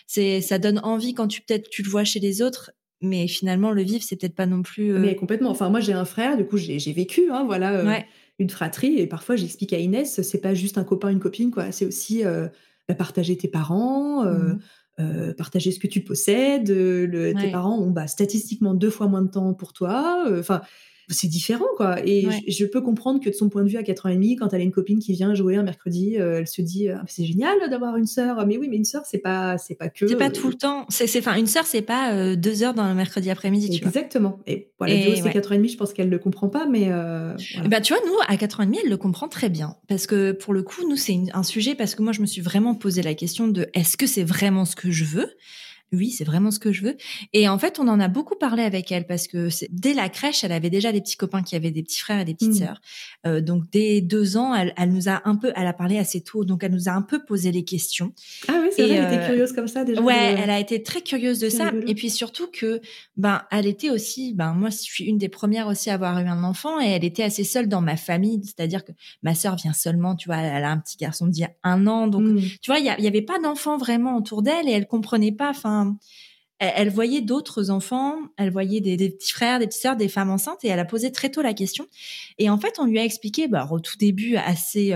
ça donne envie quand peut-être tu le vois chez les autres, mais finalement, le vivre, c'est peut-être pas non plus, Mais complètement. Enfin, moi, j'ai un frère, du coup, j'ai vécu, hein, voilà, ouais. une fratrie, et parfois j'explique à Inès, c'est pas juste un copain, une copine, quoi. C'est aussi, bah, partager tes parents, Mmh. partager ce que tu possèdes, tes Ouais, parents ont, bah, statistiquement 2 fois moins de temps pour toi, enfin, c'est différent, quoi, et ouais. je peux comprendre que de son point de vue à 4 ans et demi, quand elle a une copine qui vient jouer un mercredi, elle se dit: «Ah, c'est génial d'avoir une sœur». Mais oui, mais une sœur, c'est pas que, C'est pas tout le temps. Enfin, une sœur, c'est pas 2 heures dans le mercredi après-midi, tu vois? exactement, et voilà, du haut de Et ses ouais. 4 ans et demi, je pense qu'elle le comprend pas, mais Et voilà. bah, tu vois, nous, à 4 ans et demi, elle le comprend très bien. Parce que pour le coup, nous, c'est un sujet parce que moi, je me suis vraiment posé la question de: «Est-ce que c'est vraiment ce que je veux?» Oui, c'est vraiment ce que je veux. Et en fait, on en a beaucoup parlé avec elle parce que dès la crèche, elle avait déjà des petits copains qui avaient des petits frères et des petites Mmh. sœurs. Donc dès 2 ans, elle a parlé assez tôt, donc elle nous a un peu posé les questions. Ah oui, c'est vrai, Et elle était curieuse comme ça déjà ouais, de elle a été très curieuse de c'est ça. rigolo. Et puis surtout que, ben, elle était aussi, ben, moi, je suis une des premières aussi à avoir eu un enfant et elle était assez seule dans ma famille. C'est-à-dire que ma sœur vient seulement, tu vois, elle a un petit garçon d'il y a 1 an. Donc, Mmh. tu vois, il y avait pas d'enfants vraiment autour d'elle et elle comprenait pas, enfin, elle voyait d'autres enfants, elle voyait des petits frères, des petites sœurs, des femmes enceintes et elle a posé très tôt la question. Et en fait, on lui a expliqué, bah, au tout début, assez,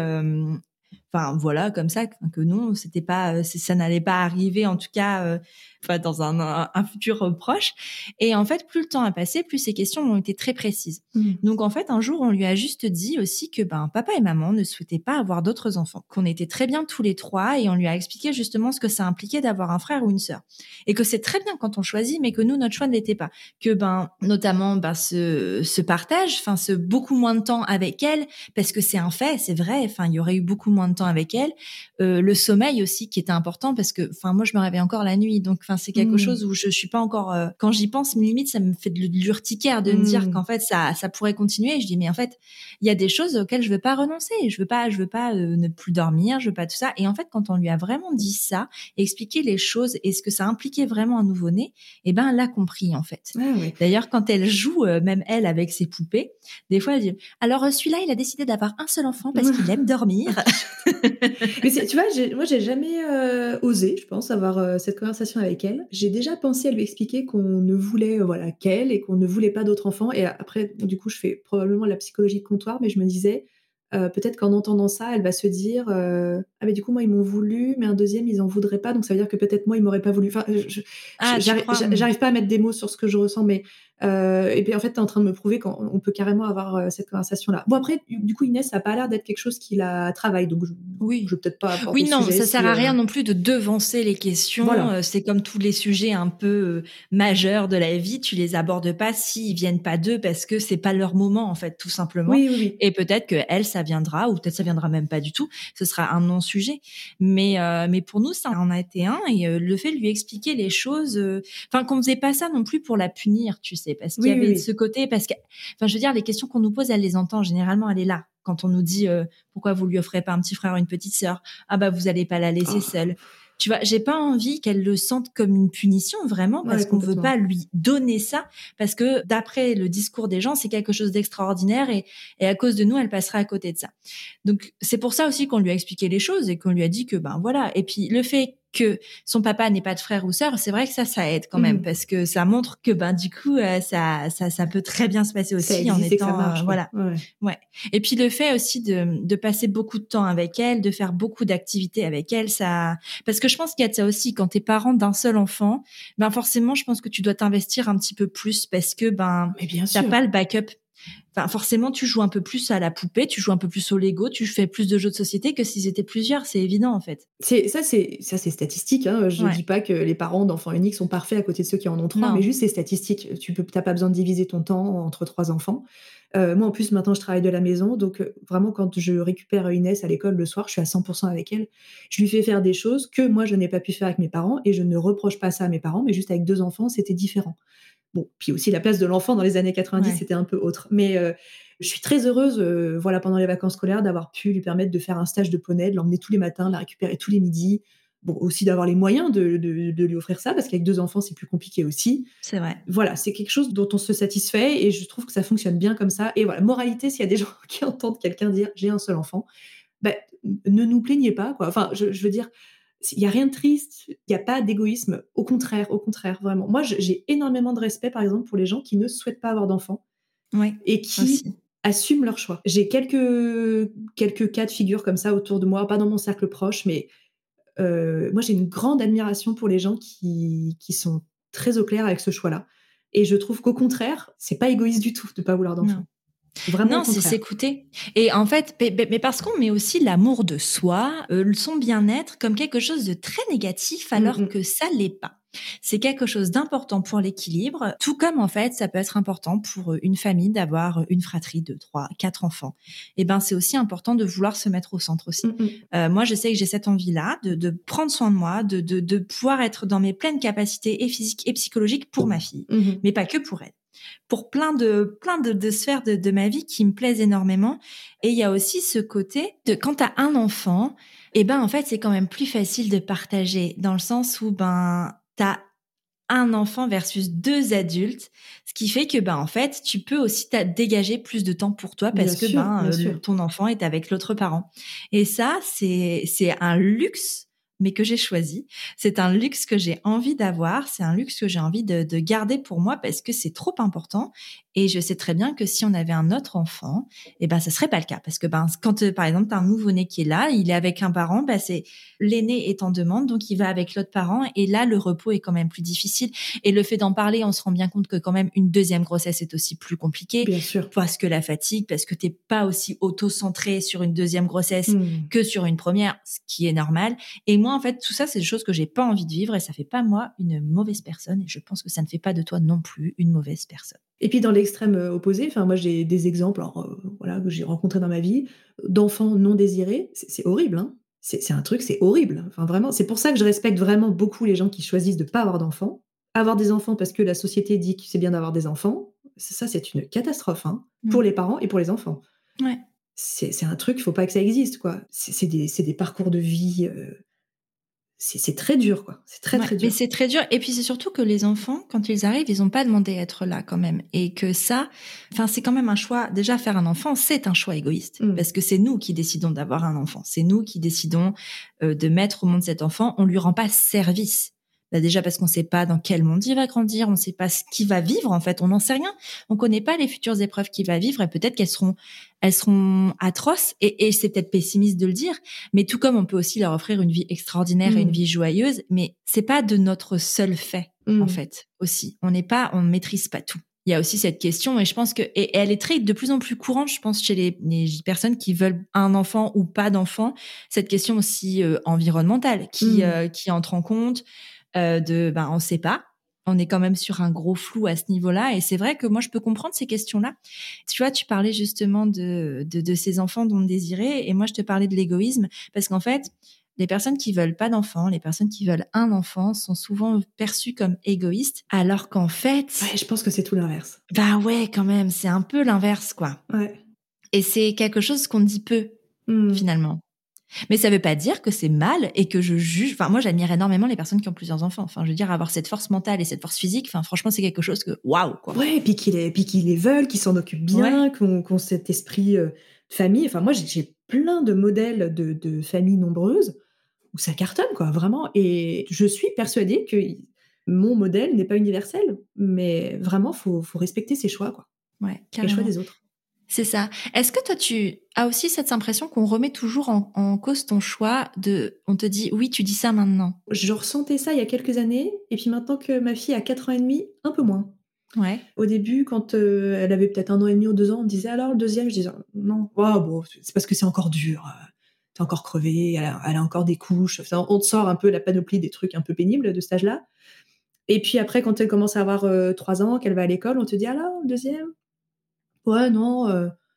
enfin voilà, comme ça, que non, c'était pas, ça n'allait pas arriver, en tout cas, enfin dans un futur proche. Et en fait, plus le temps a passé, plus ces questions ont été très précises. Mmh. Donc en fait, un jour, on lui a juste dit aussi que ben papa et maman ne souhaitaient pas avoir d'autres enfants, qu'on était très bien tous les trois, et on lui a expliqué justement ce que ça impliquait d'avoir un frère ou une sœur et que c'est très bien quand on choisit, mais que nous, notre choix ne l'était pas. Que ben, notamment, ben, ce partage, enfin, ce beaucoup moins de temps avec elle, parce que c'est un fait, c'est vrai, enfin, il y aurait eu beaucoup moins de temps avec elle. Le sommeil aussi, qui était important, parce que, enfin, moi, je me réveille encore la nuit, donc, enfin, c'est quelque Mmh. chose où je suis pas encore, quand j'y pense, limite, ça me fait de l'urticaire de me dire Mmh. qu'en fait, ça pourrait continuer. Et je dis, mais en fait, il y a des choses auxquelles je veux pas renoncer. Je veux pas ne plus dormir, je veux pas tout ça. Et en fait, quand on lui a vraiment dit ça, expliquer les choses et ce que ça impliquait vraiment un nouveau-né, eh ben, elle l'a compris, en fait. Ah ouais. D'ailleurs, quand elle joue, même elle, avec ses poupées, des fois, elle dit: «Alors, celui-là, il a décidé d'avoir un seul enfant parce qu'il aime Ah, dormir». c'est chouette. Mais c'est tu vois, j'ai jamais, osé, je pense, avoir, cette conversation avec elle. J'ai déjà pensé à lui expliquer qu'on ne voulait, voilà, qu'elle, et qu'on ne voulait pas d'autres enfants, et après, du coup, je fais probablement la psychologie de comptoir, mais je me disais, peut-être qu'en entendant ça, elle va se dire, «Ah mais du coup, moi, ils m'ont voulu, mais un deuxième ils en voudraient pas, donc ça veut dire que peut-être moi, ils m'auraient pas voulu». Enfin, Ah, tu crois? Mmh. j'arrive pas à mettre des mots sur ce que je ressens, mais et puis, en fait, tu es en train de me prouver qu'on peut carrément avoir, cette conversation-là. Bon, après, du coup, Inès, ça a pas l'air d'être quelque chose qui la travaille, donc je Oui. vais peut-être pas aborder Oui, le non, sujet ça sert si, à rien non plus de devancer les questions, voilà. c'est comme tous les sujets un peu, majeurs de la vie, tu les abordes pas s'ils viennent pas d'eux parce que c'est pas leur moment, en fait, tout simplement. Oui, oui, oui. Et peut-être qu'elle, ça viendra ou peut-être ça viendra même pas du tout, ce sera un non-sujet. Mais pour nous, ça en a été un. Et le fait de lui expliquer les choses, enfin, qu'on faisait pas ça non plus pour la punir, tu sais? Parce qu'il y Oui, oui, avait ce oui. côté, parce que enfin, je veux dire, les questions qu'on nous pose, elle les entend, généralement, elle est là. Quand on nous dit, «Pourquoi vous lui offrez pas un petit frère ou une petite sœur?» «Ah bah, vous allez pas la laisser Oh, seule». Tu vois, j'ai pas envie qu'elle le sente comme une punition, vraiment, parce Ouais, qu'on veut complètement. pas lui donner ça, parce que d'après le discours des gens, c'est quelque chose d'extraordinaire et à cause de nous, elle passera à côté de ça. Donc, c'est pour ça aussi qu'on lui a expliqué les choses et qu'on lui a dit que, ben voilà. Et puis, le fait que son papa n'ait pas de frère ou sœur, c'est vrai que ça aide quand même, Mmh. parce que ça montre que, ben, du coup, ça peut très bien se passer Ça aussi en existe et que ça étant, marche, quoi. voilà. Ouais. Ouais. Et puis le fait aussi de passer beaucoup de temps avec elle, de faire beaucoup d'activités avec elle, ça, parce que je pense qu'il y a de ça aussi. Quand t'es parent d'un seul enfant, ben forcément, je pense que tu dois t'investir un petit peu plus parce que ben Mais bien t'as sûr. pas le backup. Enfin, forcément, tu joues un peu plus à la poupée, tu joues un peu plus au Lego, tu fais plus de jeux de société que s'ils étaient plusieurs. C'est évident en fait. C'est statistique, hein. Je Ouais. dis pas que les parents d'enfants uniques sont parfaits à côté de ceux qui en ont 3, mais Non. juste c'est statistique. Tu as pas besoin de diviser ton temps entre 3 enfants. Moi, en plus, maintenant, je travaille de la maison, donc vraiment, quand je récupère Inès à l'école le soir, je suis à 100 avec elle. Je lui fais faire des choses que moi, je n'ai pas pu faire avec mes parents et je ne reproche pas ça à mes parents, mais juste avec 2 enfants, c'était différent. Bon, puis aussi la place de l'enfant dans les années 90, Ouais. c'était un peu autre. Mais je suis très heureuse, voilà, pendant les vacances scolaires, d'avoir pu lui permettre de faire un stage de poney, de l'emmener tous les matins, de la récupérer tous les midis. Bon, aussi d'avoir les moyens de lui offrir ça, parce qu'avec 2 enfants, c'est plus compliqué aussi. C'est vrai. Voilà, c'est quelque chose dont on se satisfait et je trouve que ça fonctionne bien comme ça. Et voilà, moralité, s'il y a des gens qui entendent quelqu'un dire: «J'ai un seul enfant», bah, ne nous plaignez pas, quoi. Enfin, je veux dire, il y a rien de triste, il y a pas d'égoïsme. Au contraire, vraiment. Moi, j'ai énormément de respect, par exemple, pour les gens qui ne souhaitent pas avoir d'enfants Ouais. et qui Aussi. assument leur choix. J'ai quelques cas de figure comme ça autour de moi, pas dans mon cercle proche, mais moi, j'ai une grande admiration pour les gens qui sont très au clair avec ce choix-là et je trouve qu'au contraire, c'est pas égoïste du tout de pas vouloir Non. d'enfants. Vraiment au Non, c'est contraire. s'écouter. Et en fait, mais parce qu'on met aussi l'amour de soi, son bien-être comme quelque chose de très négatif Mmh alors mh. que ça l'est pas. C'est quelque chose d'important pour l'équilibre, tout comme en fait, ça peut être important pour une famille d'avoir une fratrie de 3, 4 enfants. Et ben, c'est aussi important de vouloir se mettre au centre aussi. Mmh mh. Moi, je sais que j'ai cette envie-là de prendre soin de moi, de pouvoir être dans mes pleines capacités et physiques et psychologiques pour ma fille, Mmh mh. mais pas que pour elle, pour plein de sphères de ma vie qui me plaisent énormément. Et il y a aussi ce côté de quand tu as un enfant, et ben en fait c'est quand même plus facile de partager dans le sens où ben tu as un enfant versus 2 adultes, ce qui fait que ben en fait tu peux aussi dégager plus de temps pour toi parce que ben Bien sûr. ton enfant est avec l'autre parent. Et ça c'est un luxe mais que j'ai choisi. C'est un luxe que j'ai envie d'avoir, c'est un luxe que j'ai envie de garder pour moi parce que c'est trop important. Et je sais très bien que si on avait un autre enfant, eh ben ça serait pas le cas parce que ben quand par exemple t'as un nouveau-né qui est là, il est avec un parent, ben c'est l'aîné est en demande donc il va avec l'autre parent et là le repos est quand même plus difficile. Et le fait d'en parler, on se rend bien compte que quand même une deuxième grossesse est aussi plus compliquée Bien sûr. parce que la fatigue, parce que t'es pas aussi auto-centré sur une deuxième grossesse Mmh. que sur une première, ce qui est normal. Et moi, en fait, tout ça, c'est des choses que j'ai pas envie de vivre et ça fait pas moi une mauvaise personne. Et je pense que ça ne fait pas de toi non plus une mauvaise personne. Et puis dans l'extrême, opposé, enfin moi j'ai des exemples, alors, voilà, que j'ai rencontrés dans ma vie, d'enfants non désirés. C'est horrible, hein. C'est un truc, c'est horrible. Enfin vraiment, c'est pour ça que je respecte vraiment beaucoup les gens qui choisissent de pas avoir d'enfants. Avoir des enfants parce que la société dit que c'est bien d'avoir des enfants, ça c'est une catastrophe, hein, pour Mm. les parents et pour les enfants. Ouais. C'est un truc, il faut pas que ça existe, quoi. C'est des parcours de vie, c'est très dur, quoi. C'est très, Ouais, très mais dur. c'est très dur. Et puis c'est surtout que les enfants, quand ils arrivent, ils n'ont pas demandé à être là quand même. Et que ça, enfin, c'est quand même un choix. Déjà, faire un enfant, c'est un choix égoïste. Mmh. Parce que c'est nous qui décidons d'avoir un enfant. C'est nous qui décidons de mettre au monde cet enfant. On lui rend pas service. Bah, déjà parce qu'on sait pas dans quel monde il va grandir, on sait pas ce qu'il va vivre en fait, on n'en sait rien. On connaît pas les futures épreuves qu'il va vivre et peut-être elles seront atroces et c'est peut-être pessimiste de le dire, mais tout comme on peut aussi leur offrir une vie extraordinaire et une Mmh. vie joyeuse, mais c'est pas de notre seul fait en Mmh. fait aussi. On maîtrise pas tout. Il y a aussi cette question et je pense que et elle est de plus en plus courante, je pense chez les personnes qui veulent un enfant ou pas d'enfant, cette question aussi environnementale Mmh. qui entre en compte on sait pas. On est quand même sur un gros flou à ce niveau-là. Et c'est vrai que moi, je peux comprendre ces questions-là. Tu vois, tu parlais justement de ces enfants non désirés. Et moi, je te parlais de l'égoïsme. Parce qu'en fait, les personnes qui veulent pas d'enfants, les personnes qui veulent un enfant sont souvent perçues comme égoïstes. Alors qu'en Ouais, fait, je pense que c'est tout l'inverse. bah ouais, quand même, c'est un peu l'inverse, quoi. Ouais. Et c'est quelque chose qu'on dit peu, Mmh. finalement. Mais ça veut pas dire que c'est mal et que je juge. Enfin, moi, j'admire énormément les personnes qui ont plusieurs enfants. Enfin, je veux dire, avoir cette force mentale et cette force physique, enfin, franchement, c'est quelque chose que, waouh, quoi. Ouais, puis qu'ils les veulent, qu'ils s'en occupent Ouais. bien, qu'on cet esprit, de famille. Enfin, moi, j'ai plein de modèles de familles nombreuses où ça cartonne, quoi, vraiment, et je suis persuadée que mon modèle n'est pas universel, mais vraiment, faut respecter ses choix, quoi, Ouais, et les choix carrément. des autres. C'est ça. Est-ce que toi, tu as aussi cette impression qu'on remet toujours en cause ton choix on te dit, oui, tu dis ça maintenant. Je ressentais ça il y a quelques années et puis maintenant que ma fille a 4 ans et demi, un peu moins. Ouais. Au début, quand, elle avait peut-être 1 an et demi ou 2 ans, on me disait: «Alors le deuxième?» Je disais: «Non, oh bon, c'est parce que c'est encore dur, tu encore crevée, elle a encore des couches». Enfin, on te sort un peu la panoplie des trucs un peu pénibles de cet âge-là, et puis après quand elle commence à avoir, 3 ans, qu'elle va à l'école, on te dit: «Alors le deuxième?» «Ouais, non,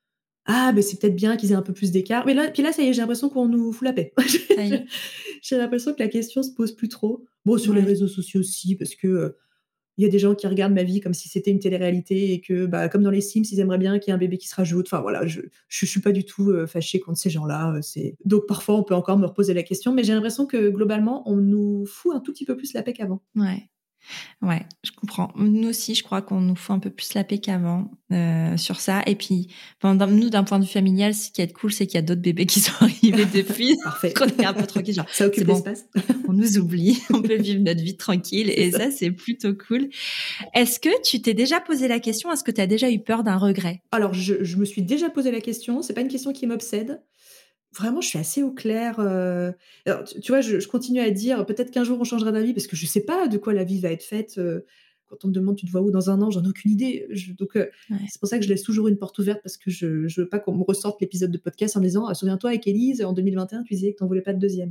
ah, mais c'est peut-être bien qu'ils aient un peu plus d'écart». Mais là, puis là, ça y est, j'ai l'impression qu'on nous fout la paix. Ça y est. J'ai l'impression que la question se pose plus trop. Bon, sur les Ouais. réseaux sociaux aussi, parce que, il y a des gens qui regardent ma vie comme si c'était une télé-réalité et que, bah, comme dans les Sims, ils aimeraient bien qu'il y ait un bébé qui se rajoute. Enfin voilà, je suis pas du tout, fâchée contre ces gens-là, c'est donc parfois on peut encore me reposer la question, mais j'ai l'impression que globalement, on nous fout un tout petit peu plus la paix qu'avant. Ouais. Ouais, je comprends. Nous aussi, je crois qu'on nous fout un peu plus la paix qu'avant sur ça. Et puis, nous, d'un point de vue familial, ce qui est cool, c'est qu'il y a d'autres bébés qui sont arrivés depuis. Parfait. Qu'on est un peu tranquille, genre, Ça c'est occupe bon, l'espace. on nous oublie, on peut vivre notre vie tranquille. C'est Et ça. ça, c'est plutôt cool. Est-ce que tu t'es déjà posé la question, est-ce que tu as déjà eu peur d'un regret? Alors je me suis déjà posé la question, c'est pas une question qui m'obsède. Vraiment, je suis assez au clair, alors tu vois, je continue à dire: «Peut-être qu'un jour on changera d'avis», parce que je sais pas de quoi la vie va être faite, quand on me demande: «Tu te vois où dans 1 an?» J'en ai aucune idée. Donc Ouais. c'est pour ça que je laisse toujours une porte ouverte, parce que je veux pas qu'on me ressorte l'épisode de podcast en me disant: «Ah, souviens-toi avec Élise, en 2021, tu disais que tu en voulais pas de deuxième».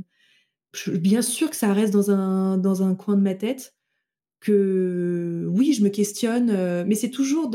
Bien sûr que ça reste dans un coin de ma tête, que oui, je me questionne, mais c'est toujours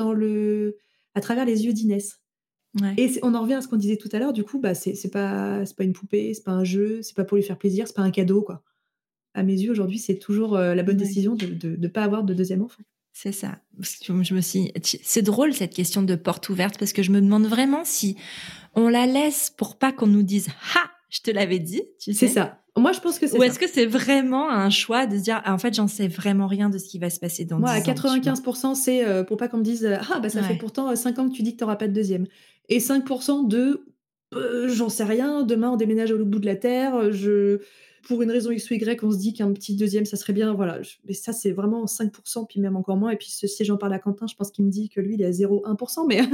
à travers les yeux d'Inès. Ouais. Et on en revient à ce qu'on disait tout à l'heure, du coup, bah, c'est pas une poupée, c'est pas un jeu, c'est pas pour lui faire plaisir, c'est pas un cadeau, quoi. À mes yeux, aujourd'hui, c'est toujours, la bonne Ouais. décision de pas avoir de deuxième enfant. C'est ça. Parce que je me suis, c'est drôle cette question de porte ouverte parce que je me demande vraiment si on la laisse pour pas qu'on nous dise, ah, je te l'avais dit, tu C'est sais. ça. Moi, je pense que c'est Ou est-ce ça. que c'est vraiment un choix de se dire: «Ah, en fait, j'en sais vraiment rien de ce qui va se passer dans Moi, à 10 ans», tu vois? 95, c'est, pour pas qu'on me dise, «Ah, bah, ça fait Ouais, pourtant, 5 ans que tu dis que tu auras pas de deuxième», et 5 de, «J'en sais rien, demain on déménage à l'autre bout de la terre, pour une raison X ou Y, on se dit qu'un petit deuxième ça serait bien», voilà, mais ça, c'est vraiment 5, puis même encore moins, et puis si j'en parle à Quentin, je pense qu'il me dit que lui, il est à 0,1, mais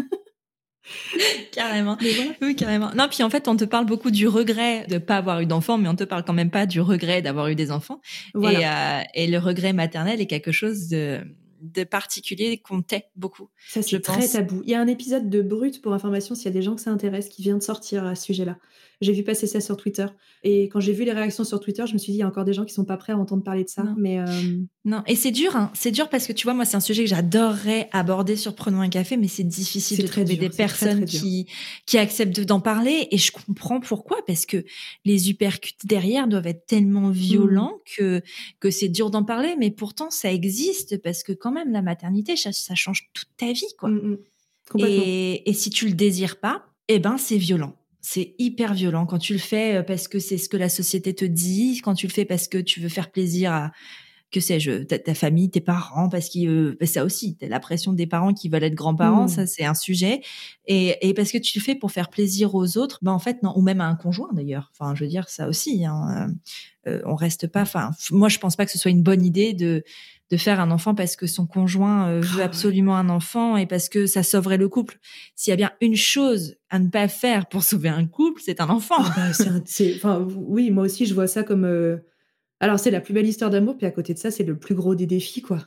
carrément. mais voilà. Oui, carrément. Non, puis en fait, on te parle beaucoup du regret de pas avoir eu d'enfants, mais on te parle quand même pas du regret d'avoir eu des enfants. Voilà. Et le regret maternel est quelque chose de particulier qu'on tait beaucoup, Ça, je c'est très pense. tabou. Il y a un épisode de Brut, pour information, s'il y a des gens que ça intéresse, qui vient de sortir à ce sujet-là. J'ai vu passer ça sur Twitter, et quand j'ai vu les réactions sur Twitter, je me suis dit: «Il y a encore des gens qui sont pas prêts à entendre parler de ça», Non. mais Non, et c'est dur, hein. C'est dur parce que tu vois, moi, c'est un sujet que j'adorerais aborder sur Prenons un café, mais c'est difficile c'est de très trouver des dur, c'est très, très personnes dur. qui acceptent d'en parler. Et je comprends pourquoi, parce que les uppercuts derrière doivent être tellement Mmh. violents que c'est dur d'en parler. Mais pourtant, ça existe parce que quand même, la maternité, ça change toute ta vie, quoi. Mmh mh. Complètement. Et si tu le désires pas, eh ben, c'est violent. C'est hyper violent quand tu le fais parce que c'est ce que la société te dit, quand tu le fais parce que tu veux faire plaisir à, que sais-je, ta famille, tes parents, parce que ça aussi, tu la pression des parents qui veulent être grands-parents, Mmh. ça c'est un sujet. Et parce que tu le fais pour faire plaisir aux autres, ben en fait non, ou même à un conjoint d'ailleurs. Enfin, je veux dire ça aussi. Hein, on reste pas. Enfin, moi je pense pas que ce soit une bonne idée de faire un enfant parce que son conjoint veut Ah ouais. absolument un enfant et parce que ça sauverait le couple. S'il y a bien une chose à ne pas faire pour sauver un couple, c'est un enfant. Ah bah, enfin, oui, moi aussi, je vois ça comme, alors c'est la plus belle histoire d'amour, puis à côté de ça, c'est le plus gros des défis, quoi.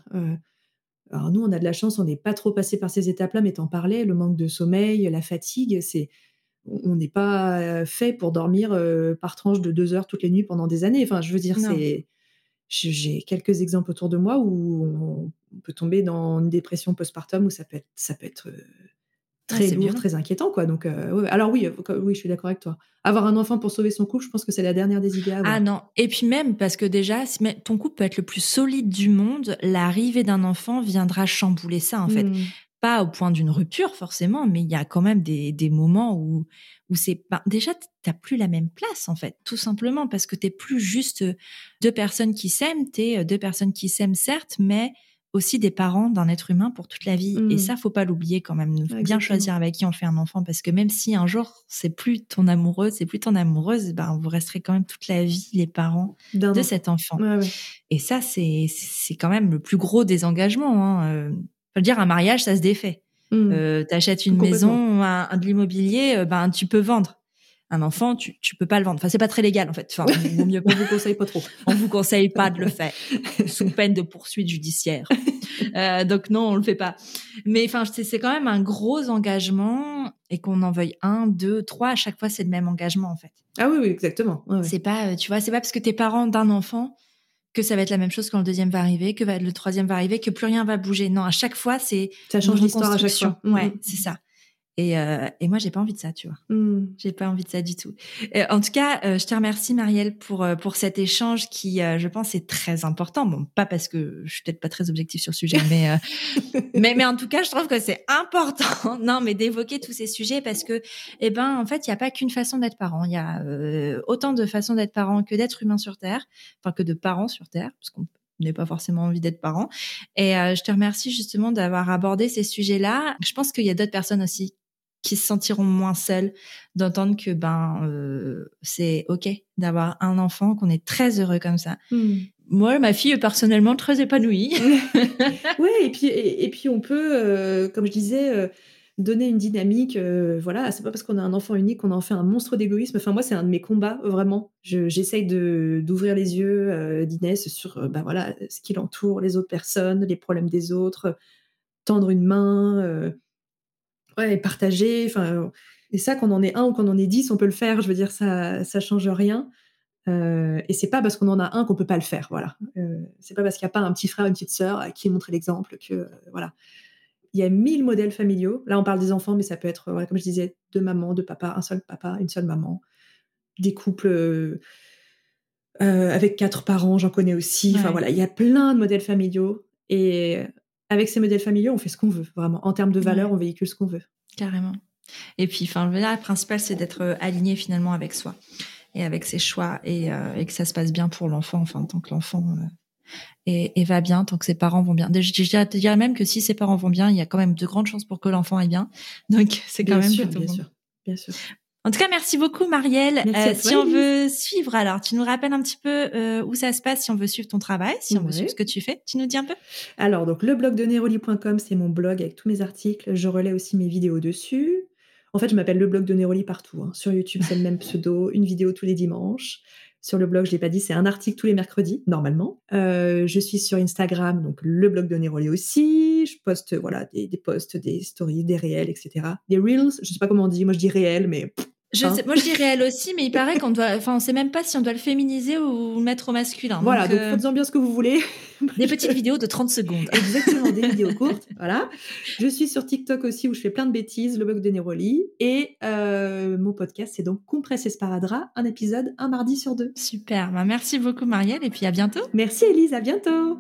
Alors nous, on a de la chance, on n'est pas trop passé par ces étapes-là, mais tu en parlais, le manque de sommeil, la fatigue, on n'est pas, fait pour dormir, par tranche de 2 heures toutes les nuits pendant des années. Enfin, je veux dire, Non. j'ai quelques exemples autour de moi où on peut tomber dans une dépression postpartum, où ça peut être, Ouais, très c'est lourd, violent. très inquiétant, quoi, donc ouais, ouais. Alors oui, oui, je suis d'accord avec toi. Avoir un enfant pour sauver son couple, je pense que c'est la dernière des idées à Ah avoir. non, et puis même parce que déjà, ton couple peut être le plus solide du monde, l'arrivée d'un enfant viendra chambouler ça en fait. Mmh. pas au point d'une rupture forcément, mais il y a quand même des moments où c'est déjà t'as plus la même place en fait, tout simplement parce que t'es plus juste deux personnes qui s'aiment, t'es deux personnes qui s'aiment certes, mais aussi des parents d'un être humain pour toute la vie. Et ça, faut pas l'oublier quand même. Bien choisir avec qui on fait un enfant, parce que même si un jour c'est plus ton amoureux, c'est plus ton amoureuse, vous resterez quand même toute la vie les parents de cet enfant. Ouais. Et ça, c'est quand même le plus gros désengagement. Je veux dire, un mariage, ça se défait. T'achètes une maison, de l'immobilier, tu peux vendre. Un enfant, tu peux pas le vendre. Enfin, c'est pas très légal, en fait. Enfin, vaut mieux pas. On vous conseille pas trop. On vous conseille pas de le faire. Sous peine de poursuite judiciaire. Donc non, on le fait pas. Mais enfin, c'est quand même un gros engagement, et qu'on en veuille 1, 2, 3, à chaque fois, c'est le même engagement, en fait. Ah oui, exactement. Ouais. C'est pas, tu vois, c'est pas parce que t'es parent d'un enfant que ça va être la même chose quand le deuxième va arriver, que le troisième va arriver, que plus rien va bouger. Non, à chaque fois, ça change l'histoire à chaque fois. Ouais, c'est ça. Et moi, j'ai pas envie de ça, tu vois. J'ai pas envie de ça du tout. En tout cas, je te remercie, Marielle, pour cet échange qui, je pense, est très important. Bon, pas parce que je suis peut-être pas très objective sur le sujet, mais en tout cas, je trouve que c'est important, non, mais d'évoquer tous ces sujets, parce que, en fait, il y a pas qu'une façon d'être parent. Il y a autant de façons d'être parent que d'être humain sur Terre, enfin que de parents sur Terre, parce qu'on n'ait pas forcément envie d'être parent. Et je te remercie justement d'avoir abordé ces sujets-là. Je pense qu'il y a d'autres personnes aussi qui se sentiront moins seuls, d'entendre que c'est ok d'avoir un enfant, qu'on est très heureux comme ça. Moi, ma fille est personnellement très épanouie. Oui, et puis on peut, comme je disais, donner une dynamique. Voilà, c'est pas parce qu'on a un enfant unique qu'on en fait un monstre d'égoïsme. Enfin, moi, c'est un de mes combats, vraiment. J'essaye d'ouvrir les yeux d'Inès sur voilà, ce qui l'entoure, les autres personnes, les problèmes des autres, tendre une main. Ouais, et partager, enfin, et ça, qu'on en ait un ou qu'on en ait 10, on peut le faire. Je veux dire, ça change rien. Et c'est pas parce qu'on en a un qu'on peut pas le faire, voilà. C'est pas parce qu'il y a pas un petit frère, une petite sœur à qui montrer l'exemple que, voilà. Il y a 1000 modèles familiaux. Là, on parle des enfants, mais ça peut être, voilà, comme je disais, 2 mamans, 2 papas, un seul papa, une seule maman. Des couples avec 4 parents, j'en connais aussi. Enfin, voilà, il y a plein de modèles familiaux, et avec ces modèles familiaux, on fait ce qu'on veut, vraiment. En termes de valeurs, on véhicule ce qu'on veut. Carrément. Et puis, là, le principal, c'est d'être aligné finalement avec soi et avec ses choix, et que ça se passe bien pour l'enfant, enfin, tant que l'enfant et va bien, tant que ses parents vont bien. Je dirais même que si ses parents vont bien, il y a quand même de grandes chances pour que l'enfant aille bien. Donc, c'est quand même plutôt bon. Bien sûr. En tout cas, merci beaucoup, Marielle. Si on veut suivre, alors, tu nous rappelles un petit peu où ça se passe, si on veut suivre ton travail, si on veut suivre ce que tu fais. Tu nous dis un peu? Alors, donc, le blog de Neroli.com, c'est mon blog avec tous mes articles. Je relais aussi mes vidéos dessus. En fait, je m'appelle le blog de Neroli partout. Sur YouTube, c'est le même pseudo, une vidéo tous les dimanches. Sur le blog, je l'ai pas dit, c'est un article tous les mercredis, normalement. Je suis sur Instagram, donc le blog de Neroli aussi. Je poste, voilà, des posts, des stories, des réels, etc. Des reels, je sais pas comment on dit, moi je dis réels, mais... Moi, je dis réel aussi, mais il paraît on sait même pas si on doit le féminiser ou le mettre au masculin. Voilà, donc faites-en bien ce que vous voulez. Des petites vidéos de 30 secondes. Exactement, des vidéos courtes, voilà. Je suis sur TikTok aussi, où je fais plein de bêtises, le blog de Neroli. Et mon podcast, c'est donc Compresse Esparadra, un épisode, un mardi sur 2. Super, merci beaucoup, Marielle, et puis à bientôt. Merci, Élise, à bientôt.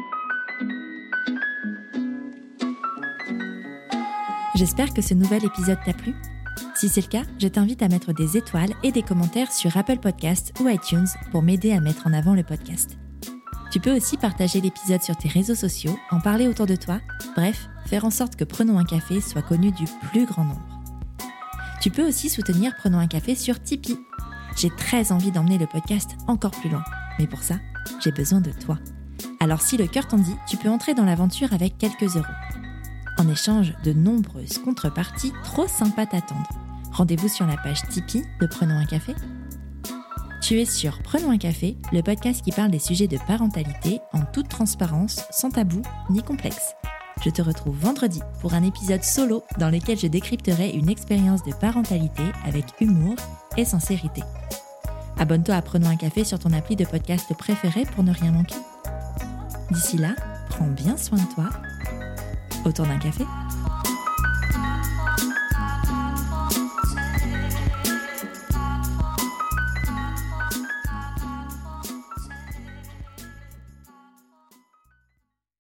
J'espère que ce nouvel épisode t'a plu. Si c'est le cas, je t'invite à mettre des étoiles et des commentaires sur Apple Podcasts ou iTunes pour m'aider à mettre en avant le podcast. Tu peux aussi partager l'épisode sur tes réseaux sociaux, en parler autour de toi, bref, faire en sorte que Prenons un café soit connu du plus grand nombre. Tu peux aussi soutenir Prenons un café sur Tipeee. J'ai très envie d'emmener le podcast encore plus loin, mais pour ça, j'ai besoin de toi. Alors si le cœur t'en dit, tu peux entrer dans l'aventure avec quelques euros. En échange, de nombreuses contreparties trop sympas t'attendent. Rendez-vous sur la page Tipeee de Prenons un café. Tu es sur Prenons un café, le podcast qui parle des sujets de parentalité en toute transparence, sans tabou ni complexe. Je te retrouve vendredi pour un épisode solo dans lequel je décrypterai une expérience de parentalité avec humour et sincérité. Abonne-toi à Prenons un café sur ton appli de podcast préféré pour ne rien manquer. D'ici là, prends bien soin de toi. Autour d'un café.